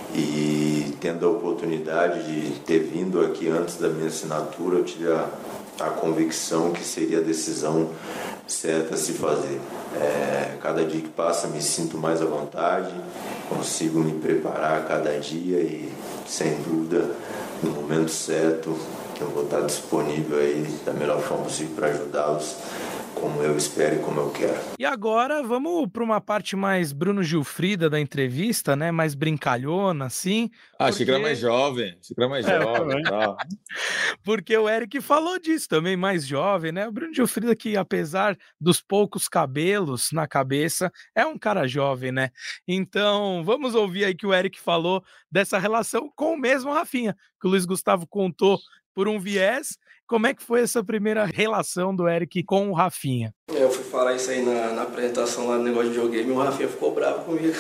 e tendo a oportunidade de ter vindo aqui antes da minha assinatura, eu tive a convicção que seria a decisão certa a se fazer. Cada dia que passa me sinto mais à vontade, consigo me preparar a cada dia e, sem dúvida, no momento certo eu vou estar disponível aí da melhor forma possível para ajudá-los, como eu espero e como eu quero. E agora vamos para uma parte mais Bruno Gilfrida da entrevista, né? Mais brincalhona, assim. Achei que era mais jovem. Tá. Porque o Eric falou disso também, mais jovem, né? O Bruno Gilfrida, que apesar dos poucos cabelos na cabeça, é um cara jovem, né? Então, vamos ouvir aí que o Eric falou dessa relação com o mesmo Rafinha, que o Luiz Gustavo contou por um viés. Como é que foi essa primeira relação do Eric com o Rafinha? Eu fui falar isso aí na apresentação lá do negócio de videogame, e o Rafinha ficou bravo comigo.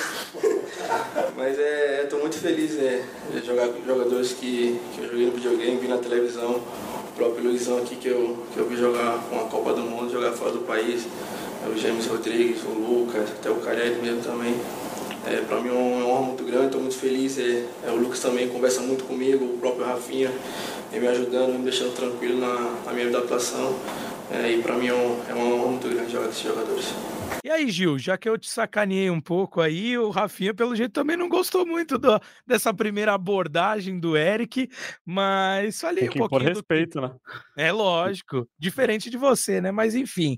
Mas eu tô muito feliz de jogar com jogadores que eu joguei no videogame, vi na televisão, o próprio Luizão aqui que eu vi jogar com a Copa do Mundo, jogar fora do país, o James Rodrigues, o Lucas, até o Carelli mesmo também. Para mim é uma honra muito grande, estou muito feliz. O Lucas também conversa muito comigo, o próprio Rafinha me ajudando, me deixando tranquilo na minha adaptação. E para mim é uma honra muito grande jogar com esses jogadores. E aí, Gil, já que eu te sacaneei um pouco aí, o Rafinha, pelo jeito, também não gostou muito dessa primeira abordagem do Eric, mas falei um pouquinho. Por respeito, né? É lógico, diferente de você, né? Mas enfim,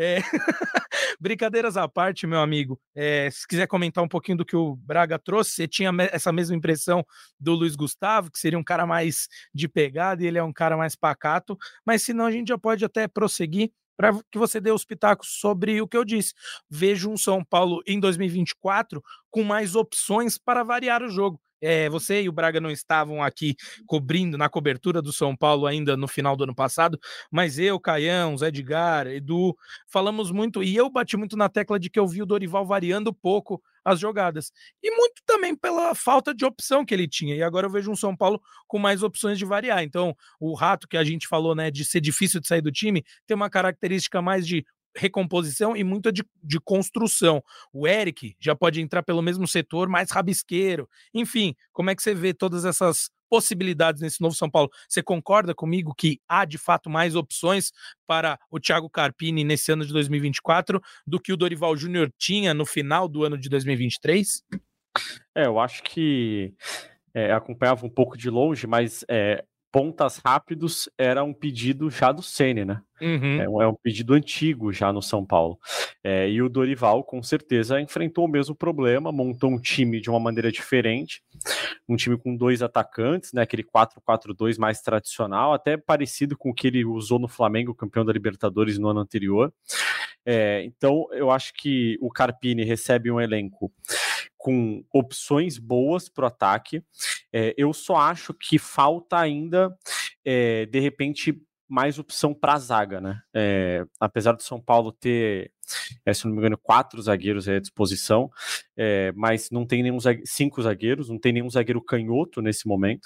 brincadeiras à parte, meu amigo, se quiser comentar um pouquinho do que o Braga trouxe, você tinha essa mesma impressão do Luiz Gustavo, que seria um cara mais de pegada e ele é um cara mais pacato, mas senão a gente já pode até prosseguir para que você dê os pitacos sobre o que eu disse. Vejo um São Paulo em 2024 com mais opções para variar o jogo. Você e o Braga não estavam aqui cobrindo na cobertura do São Paulo ainda no final do ano passado, mas eu, Caião, Zé Edgar, Edu, falamos muito, e eu bati muito na tecla de que eu vi o Dorival variando pouco as jogadas, e muito também pela falta de opção que ele tinha, e agora eu vejo um São Paulo com mais opções de variar. Então o Rato, que a gente falou, né, de ser difícil de sair do time, tem uma característica mais de recomposição e muita de construção. O Eric já pode entrar pelo mesmo setor, mais rabisqueiro. Enfim, como é que você vê todas essas possibilidades nesse novo São Paulo? Você concorda comigo que há, de fato, mais opções para o Thiago Carpini nesse ano de 2024 do que o Dorival Júnior tinha no final do ano de 2023? Eu acho que acompanhava um pouco de longe, mas pontas rápidos era um pedido já do Ceni, né? Uhum. É um pedido antigo já no São Paulo. E o Dorival, com certeza, enfrentou o mesmo problema, montou um time de uma maneira diferente, um time com 2 atacantes, né? Aquele 4-4-2 mais tradicional, até parecido com o que ele usou no Flamengo, campeão da Libertadores no ano anterior. Então, eu acho que o Carpini recebe um elenco com opções boas para o ataque. Eu só acho que falta ainda, de repente, mais opção para a zaga, né? Apesar do São Paulo ter, se não me engano, 4 zagueiros à disposição, mas não tem 5 zagueiros, não tem nenhum zagueiro canhoto nesse momento.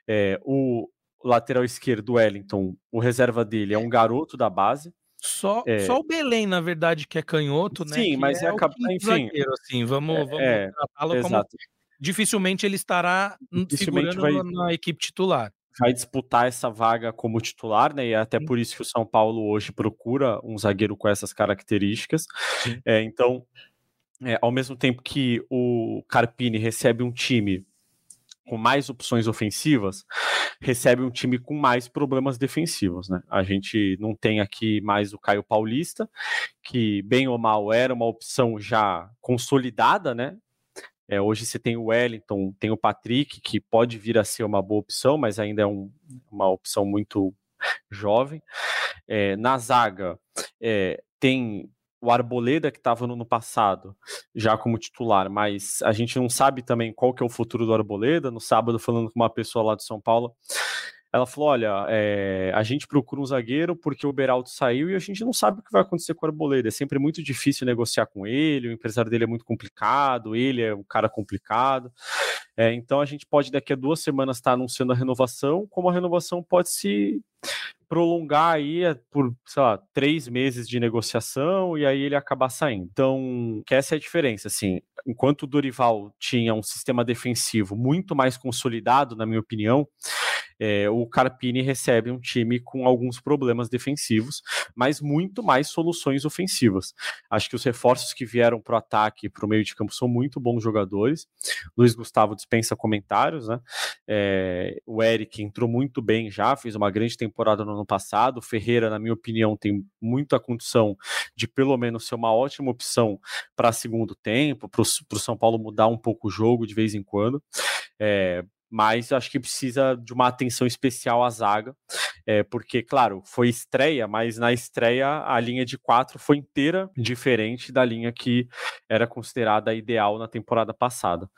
O lateral esquerdo, Wellington, o reserva dele é um garoto da base. Só o Belém, na verdade, que é canhoto, né? Sim, mas enfim, zagueiro, assim, vamos tratá-lo como dificilmente ele estará figurando na equipe titular. Vai disputar essa vaga como titular, né? E é até por isso que o São Paulo hoje procura um zagueiro com essas características. Então, ao mesmo tempo que o Carpini recebe um time com mais opções ofensivas, recebe um time com mais problemas defensivos, né? A gente não tem aqui mais o Caio Paulista, que bem ou mal era uma opção já consolidada, né? Hoje você tem o Wellington, tem o Patrick, que pode vir a ser uma boa opção, mas ainda é uma opção muito jovem. Na zaga, tem o Arboleda, que estava no ano passado, já como titular, mas a gente não sabe também qual que é o futuro do Arboleda. No sábado, falando com uma pessoa lá de São Paulo, ela falou, olha, a gente procura um zagueiro porque o Beraldo saiu e a gente não sabe o que vai acontecer com o Arboleda, é sempre muito difícil negociar com ele, o empresário dele é muito complicado, ele é um cara complicado, então a gente pode daqui a 2 semanas estar anunciando a renovação, como a renovação pode se prolongar aí por, sei lá, 3 meses de negociação e aí ele acabar saindo. Então, que essa é a diferença, assim, enquanto o Dorival tinha um sistema defensivo muito mais consolidado, na minha opinião, o Carpini recebe um time com alguns problemas defensivos, mas muito mais soluções ofensivas. Acho que os reforços que vieram para o ataque e para o meio de campo são muito bons jogadores. Luiz Gustavo dispensa comentários, né? O Eric entrou muito bem já, fez uma grande temporada no ano passado. O Ferreira, na minha opinião, tem muita condição de pelo menos ser uma ótima opção para segundo tempo, para o São Paulo mudar um pouco o jogo de vez em quando. Mas acho que precisa de uma atenção especial à zaga, porque, claro, foi estreia, mas na estreia a linha de 4 foi inteira diferente da linha que era considerada ideal na temporada passada.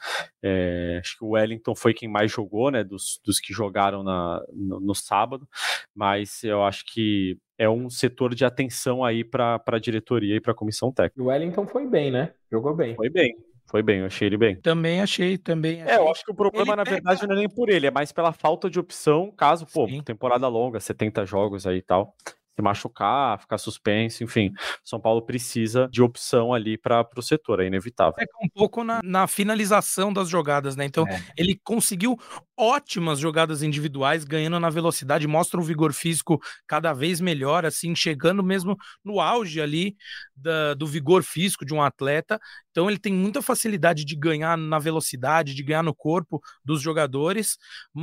Acho que o Wellington foi quem mais jogou, né, dos que jogaram no sábado, mas eu acho que é um setor de atenção aí para a diretoria e para a comissão técnica. O Wellington foi bem, né? Jogou bem. Foi bem, eu achei ele bem. Também achei. Eu acho que o problema, na verdade, não é nem por ele, é mais pela falta de opção, caso, temporada longa, 70 jogos aí e tal, se machucar, ficar suspenso, enfim. São Paulo precisa de opção ali para o setor, é inevitável. Um pouco na finalização das jogadas, né? Então, ele conseguiu ótimas jogadas individuais, ganhando na velocidade, mostra um vigor físico cada vez melhor, assim, chegando mesmo no auge ali do vigor físico de um atleta. Então ele tem muita facilidade de ganhar na velocidade, de ganhar no corpo dos jogadores,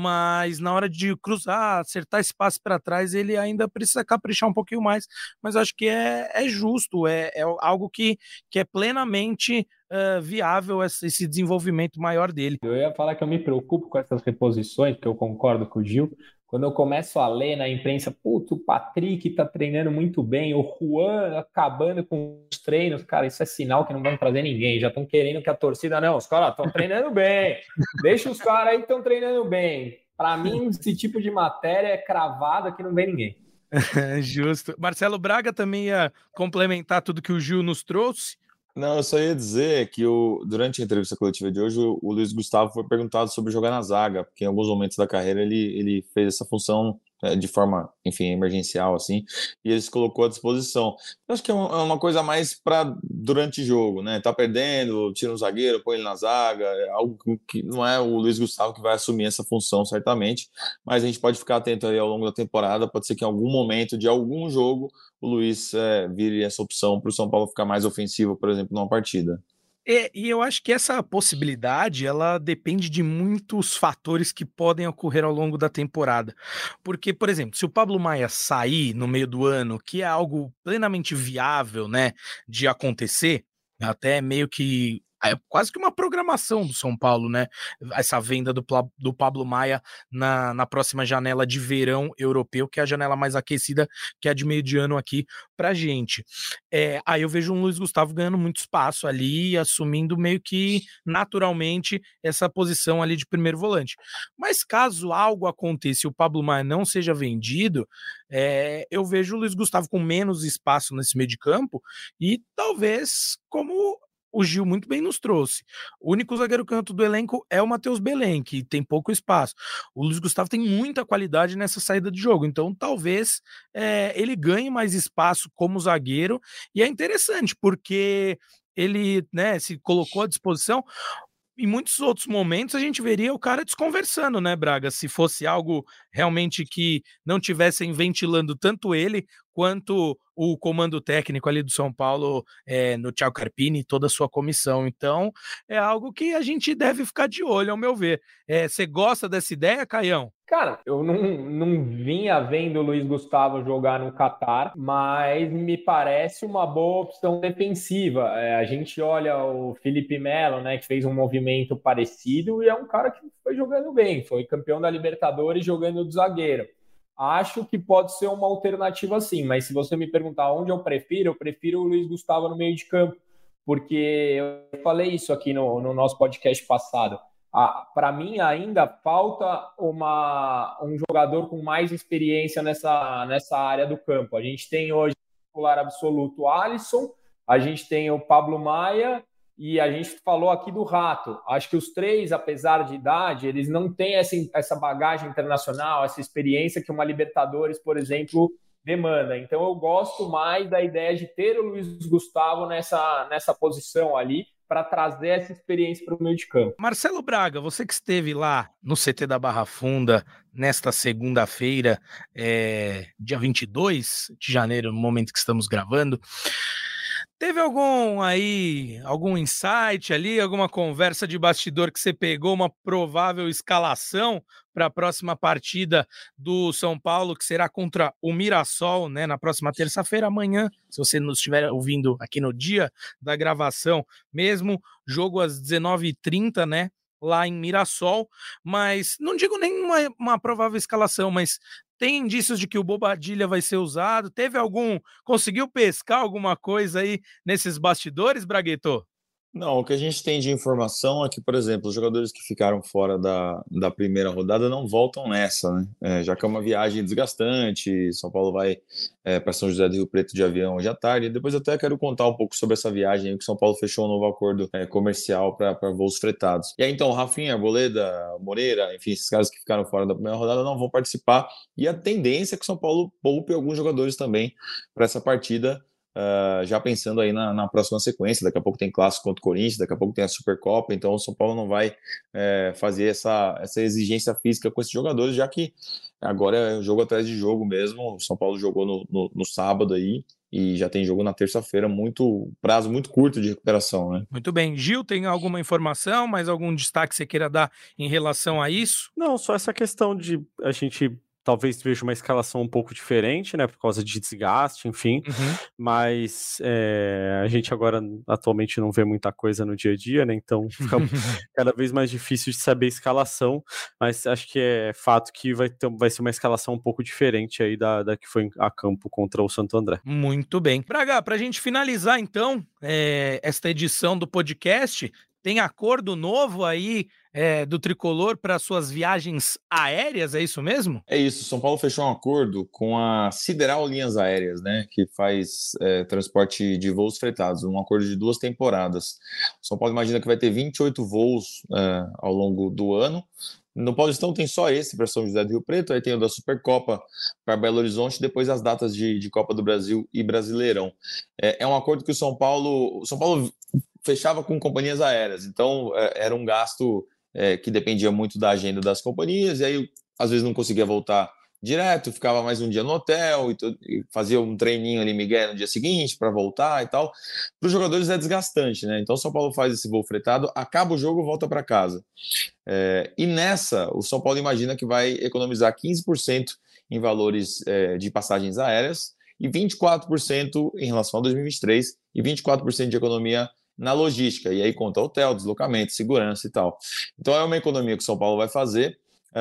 mas na hora de cruzar, acertar esse passe para trás, ele ainda precisa caprichar um pouquinho mais, mas acho que é justo, é algo que é plenamente viável esse desenvolvimento maior dele. Eu ia falar que eu me preocupo com essas reposições, porque eu concordo com o Gil. Quando eu começo a ler na imprensa, putz, o Patrick tá treinando muito bem, o Juan acabando com os treinos, cara, isso é sinal que não vão trazer ninguém, já estão querendo que a torcida, não, os caras estão treinando bem, deixa os caras aí que estão treinando bem. Para mim, esse tipo de matéria é cravada que não vem ninguém. Justo. Marcelo Braga também ia complementar tudo que o Gil nos trouxe. Não, eu só ia dizer que durante a entrevista coletiva de hoje, o Luiz Gustavo foi perguntado sobre jogar na zaga, porque em alguns momentos da carreira ele fez essa função de forma, enfim, emergencial, assim, e ele se colocou à disposição. Eu acho que é uma coisa mais para durante o jogo, né? Tá perdendo, tira um zagueiro, põe ele na zaga, é algo que não é o Luiz Gustavo que vai assumir essa função, certamente, mas a gente pode ficar atento aí ao longo da temporada, pode ser que em algum momento de algum jogo o Luiz vire essa opção para o São Paulo ficar mais ofensivo, por exemplo, numa partida. E eu acho que essa possibilidade, ela depende de muitos fatores que podem ocorrer ao longo da temporada. Porque, por exemplo, se o Pablo Maia sair no meio do ano, que é algo plenamente viável, né, de acontecer, até meio que quase que uma programação do São Paulo, né? Essa venda do Pablo Maia na próxima janela de verão europeu, que é a janela mais aquecida, que é a de meio de ano aqui pra gente. Aí eu vejo o Luiz Gustavo ganhando muito espaço ali, assumindo meio que naturalmente essa posição ali de primeiro volante. Mas caso algo aconteça e o Pablo Maia não seja vendido, eu vejo o Luiz Gustavo com menos espaço nesse meio de campo e talvez como o Gil muito bem nos trouxe. O único zagueiro canto do elenco é o Matheus Belém, que tem pouco espaço. O Luiz Gustavo tem muita qualidade nessa saída de jogo, então talvez ele ganhe mais espaço como zagueiro, e é interessante, porque ele, né, se colocou à disposição. Em muitos outros momentos a gente veria o cara desconversando, né, Braga? Se fosse algo realmente que não tivessem ventilando tanto ele quanto o comando técnico ali do São Paulo, no Thiago Carpini e toda a sua comissão. Então, é algo que a gente deve ficar de olho, ao meu ver. Você gosta dessa ideia, Caião? Cara, eu não vinha vendo o Luiz Gustavo jogar no Catar, mas me parece uma boa opção defensiva. A gente olha o Felipe Melo, né, que fez um movimento parecido e é um cara que foi jogando bem, foi campeão da Libertadores jogando de zagueiro. Acho que pode ser uma alternativa sim, mas se você me perguntar onde eu prefiro o Luiz Gustavo no meio de campo, porque eu falei isso aqui no nosso podcast passado. Para mim, ainda falta um jogador com mais experiência nessa área do campo. A gente tem hoje o titular absoluto Alisson, a gente tem o Pablo Maia e a gente falou aqui do Rato. Acho que os três, apesar de idade, eles não têm essa bagagem internacional, essa experiência que uma Libertadores, por exemplo, demanda. Então, eu gosto mais da ideia de ter o Luiz Gustavo nessa posição ali, para trazer essa experiência para o meio de campo. Marcelo Braga, você que esteve lá no CT da Barra Funda nesta segunda-feira, dia 22 de janeiro, no momento que estamos gravando, teve algum insight ali, alguma conversa de bastidor que você pegou, uma provável escalação para a próxima partida do São Paulo, que será contra o Mirassol, né, na próxima terça-feira, amanhã, se você nos estiver ouvindo aqui no dia da gravação mesmo, jogo às 19h30, né, lá em Mirassol, mas não digo nem uma provável escalação, mas tem indícios de que o Bobadilla vai ser usado? Conseguiu pescar alguma coisa aí nesses bastidores, Bragueto? Não, o que a gente tem de informação é que, por exemplo, os jogadores que ficaram fora da primeira rodada não voltam nessa, né? Já que é uma viagem desgastante, São Paulo vai para São José do Rio Preto de avião hoje à tarde. Depois eu até quero contar um pouco sobre essa viagem aí, que São Paulo fechou um novo acordo comercial para voos fretados. E aí, então, Rafinha, Arboleda, Moreira, enfim, esses caras que ficaram fora da primeira rodada não vão participar. E a tendência é que São Paulo poupe alguns jogadores também para essa partida. Já pensando aí na próxima sequência, daqui a pouco tem clássico contra o Corinthians, daqui a pouco tem a Supercopa, então o São Paulo não vai fazer essa exigência física com esses jogadores, já que agora é jogo atrás de jogo mesmo. O São Paulo jogou no sábado aí e já tem jogo na terça-feira, prazo muito curto de recuperação, né? Muito bem. Gil, tem alguma informação, mais algum destaque que você queira dar em relação a isso? Não, só essa questão de a gente talvez veja uma escalação um pouco diferente, né, por causa de desgaste, enfim, mas a gente agora atualmente não vê muita coisa no dia a dia, né, então fica cada vez mais difícil de saber a escalação, mas acho que é fato que vai ser uma escalação um pouco diferente aí da que foi a campo contra o Santo André. Muito bem. Braga, pra gente finalizar então esta edição do podcast, tem acordo novo aí do Tricolor para suas viagens aéreas, é isso mesmo? É isso, São Paulo fechou um acordo com a Sideral Linhas Aéreas, né, que faz transporte de voos fretados, um acordo de 2 temporadas. São Paulo imagina que vai ter 28 voos ao longo do ano. No Paulistão tem só esse para São José do Rio Preto, aí tem o da Supercopa para Belo Horizonte, depois as datas de Copa do Brasil e Brasileirão. É um acordo que o São Paulo fechava com companhias aéreas, então era um gasto que dependia muito da agenda das companhias, e aí às vezes não conseguia voltar direto, ficava mais um dia no hotel, e fazia um treininho ali, Miguel, no dia seguinte para voltar e tal. Para os jogadores é desgastante, né? Então o São Paulo faz esse voo fretado, acaba o jogo, volta para casa. E nessa, o São Paulo imagina que vai economizar 15% em valores de passagens aéreas e 24% em relação a 2023 e 24% de economia na logística, e aí conta hotel, deslocamento, segurança e tal. Então é uma economia que o São Paulo vai fazer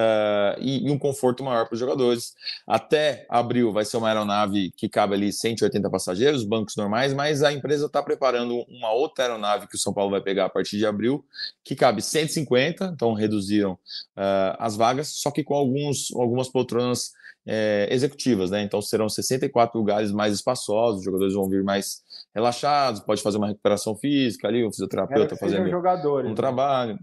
e um conforto maior para os jogadores. Até abril vai ser uma aeronave que cabe ali 180 passageiros, bancos normais, mas a empresa está preparando uma outra aeronave que o São Paulo vai pegar a partir de abril, que cabe 150, então reduziram as vagas, só que com algumas poltronas executivas, né? Então serão 64 lugares mais espaçosos, os jogadores vão vir mais relaxados, pode fazer uma recuperação física ali, o fisioterapeuta fazendo um trabalho.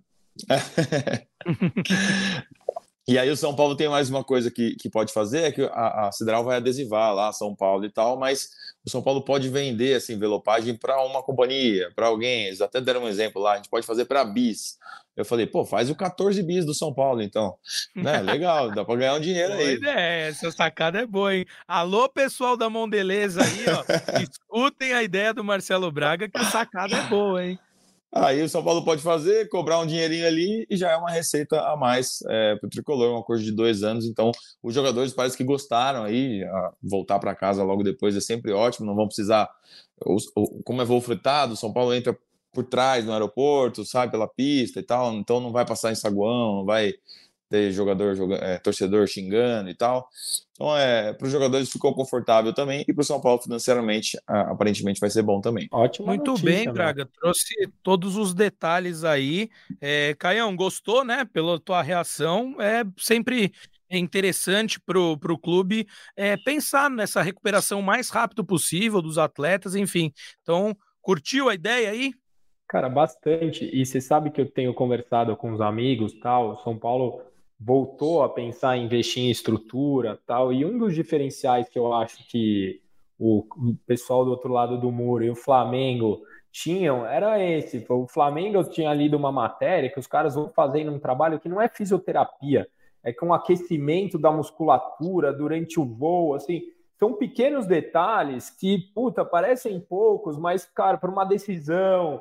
E aí o São Paulo tem mais uma coisa que pode fazer, é que a Sideral vai adesivar lá São Paulo e tal, mas o São Paulo pode vender essa envelopagem para uma companhia, para alguém. Eles até deram um exemplo lá, a gente pode fazer para a Bis. Eu falei, faz o 14 bis do São Paulo, então. Né? Legal, dá para ganhar um dinheiro aí. Essa sacada é boa, hein? Alô, pessoal da Mondeleza aí, ó. Escutem a ideia do Marcelo Braga, que a sacada é boa, hein? Aí o São Paulo pode fazer, cobrar um dinheirinho ali e já é uma receita a mais para o Tricolor, um acordo de 2 anos. Então, os jogadores parece que gostaram aí, voltar para casa logo depois é sempre ótimo, não vão precisar, como é voo fretado, o São Paulo entra por trás no aeroporto, sai pela pista e tal, então não vai passar em saguão, não vai ter torcedor xingando e tal. Então, para os jogadores ficou confortável também, e para o São Paulo financeiramente, aparentemente vai ser bom também. Ótimo. Muito notícia, bem, Braga, trouxe todos os detalhes aí. Caião, gostou, né? Pela tua reação, é sempre interessante para o clube pensar nessa recuperação o mais rápido possível dos atletas, enfim. Então, curtiu a ideia aí? Cara, bastante. E você sabe que eu tenho conversado com os amigos, tal, São Paulo voltou a pensar em investir em estrutura, tal, e um dos diferenciais que eu acho que o pessoal do outro lado do muro e o Flamengo tinham era esse. O Flamengo, eu tinha lido uma matéria que os caras vão fazendo um trabalho que não é fisioterapia, é com aquecimento da musculatura durante o voo, assim, são pequenos detalhes que, parecem poucos, mas, cara, para uma decisão,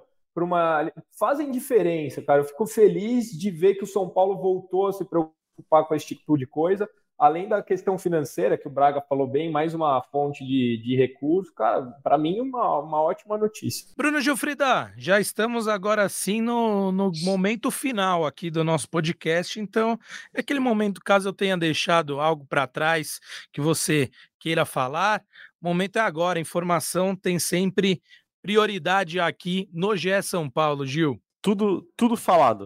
fazem diferença, cara. Eu fico feliz de ver que o São Paulo voltou a se preocupar com esse tipo de coisa, além da questão financeira, que o Braga falou bem, mais uma fonte de recursos. Cara, para mim, uma ótima notícia. Bruno Gilfrida, já estamos agora sim no momento final aqui do nosso podcast, então é aquele momento, caso eu tenha deixado algo para trás que você queira falar, o momento é agora, informação tem sempre prioridade aqui no GE São Paulo, Gil. Tudo falado.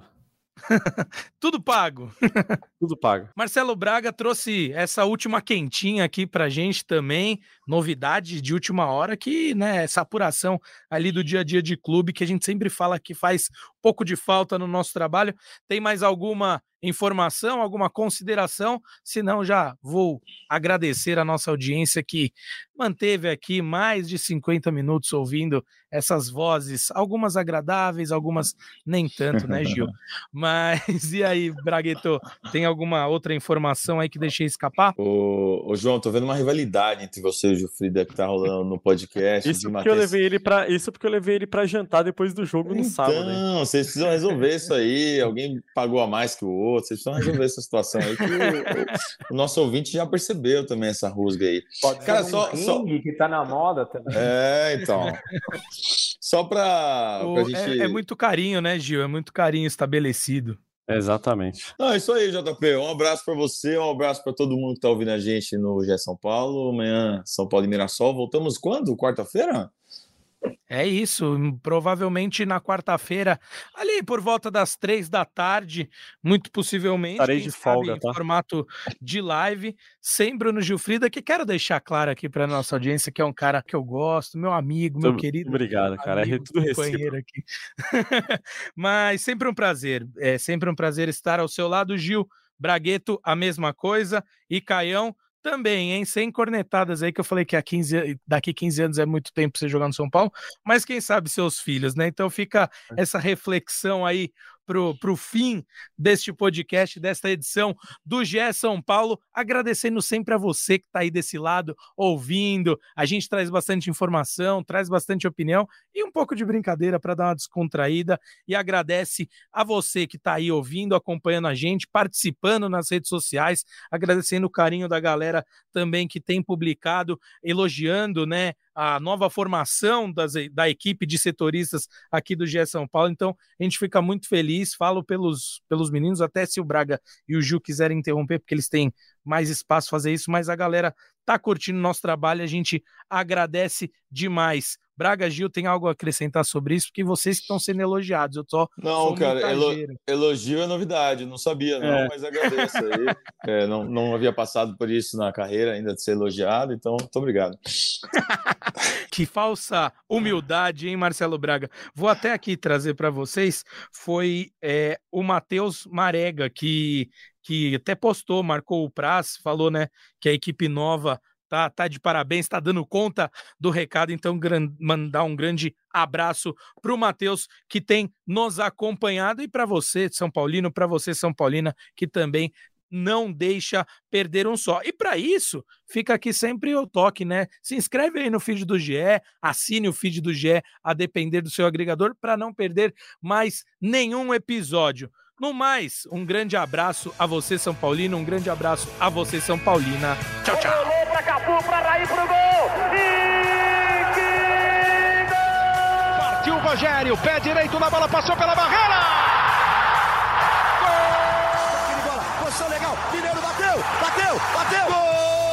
Tudo pago. Tudo pago. Marcelo Braga trouxe essa última quentinha aqui pra gente também, novidade de última hora que, né, essa apuração ali do dia a dia de clube que a gente sempre fala que faz um pouco de falta no nosso trabalho. Tem mais alguma informação, alguma consideração? Se não, já vou agradecer a nossa audiência que manteve aqui mais de 50 minutos ouvindo essas vozes, algumas agradáveis, algumas nem tanto, né, Gil? Mas e aí, Bragueto, tem alguma outra informação aí que deixei escapar? Ô João, tô vendo uma rivalidade entre você e o Gilfrida que tá rolando no podcast. Isso porque eu levei ele pra jantar depois do jogo no sábado. Não, vocês precisam resolver isso aí. Alguém pagou a mais que o outro. Vocês precisam resolver essa situação aí, que o nosso ouvinte já percebeu também essa rusga aí. Pode ser ringue que tá na moda também. Então. Só pra gente... É muito carinho, né, Gil? É muito carinho estabelecido. Exatamente. Não, é isso aí, JP. Um abraço para você, um abraço para todo mundo que tá ouvindo a gente no GE São Paulo. Amanhã, São Paulo e Mirassol. Voltamos quando? Quarta-feira? É isso, provavelmente na quarta-feira, ali por volta das 15h, muito possivelmente. Estarei de folga, tá? Em formato de live, sem Bruno Gilfrida, que quero deixar claro aqui para nossa audiência, que é um cara que eu gosto, meu amigo, meu querido. Obrigado, cara. É tudo recíproco aqui. Mas sempre um prazer, sempre um prazer estar ao seu lado, Gil. Bragueto, a mesma coisa, e Caião também, hein? Sem cornetadas aí, que eu falei que daqui 15 anos é muito tempo pra você jogar no São Paulo, mas quem sabe seus filhos, né? Então fica essa reflexão aí pro fim deste podcast, desta edição do GE São Paulo, agradecendo sempre a você que está aí desse lado, ouvindo. A gente traz bastante informação, traz bastante opinião e um pouco de brincadeira para dar uma descontraída, e agradece a você que está aí ouvindo, acompanhando a gente, participando nas redes sociais, agradecendo o carinho da galera também que tem publicado, elogiando, né, a nova formação da equipe de setoristas aqui do GE São Paulo. Então a gente fica muito feliz. Falo pelos meninos, até se o Braga e o Gil quiserem interromper, porque eles têm mais espaço para fazer isso, mas a galera tá curtindo o nosso trabalho, a gente agradece demais. Braga, Gil, tem algo a acrescentar sobre isso? Porque vocês estão sendo elogiados, eu sou cara, elogio é novidade, não sabia não, mas agradeço aí. Não havia passado por isso na carreira ainda, de ser elogiado, então muito obrigado. Que falsa humildade, hein, Marcelo Braga? Vou até aqui trazer para vocês, foi o Matheus Marega, que até postou, marcou o prazo, falou, né, que a equipe nova tá de parabéns, tá dando conta do recado, então mandar um grande abraço pro Matheus, que tem nos acompanhado, e para você, São Paulino, para você, São Paulina, que também não deixa perder um só. E para isso, fica aqui sempre o toque, né? Se inscreve aí no feed do GE, assine o feed do GE, a depender do seu agregador, para não perder mais nenhum episódio. No mais, um grande abraço a você, São Paulino, um grande abraço a você, São Paulina. Tchau, tchau. Rolou pra Cafu, pra Raí, pro gol! E que gol! Partiu o Rogério, pé direito na bola, passou pela barreira! Gol! pressão legal. Mineiro bateu. Gol!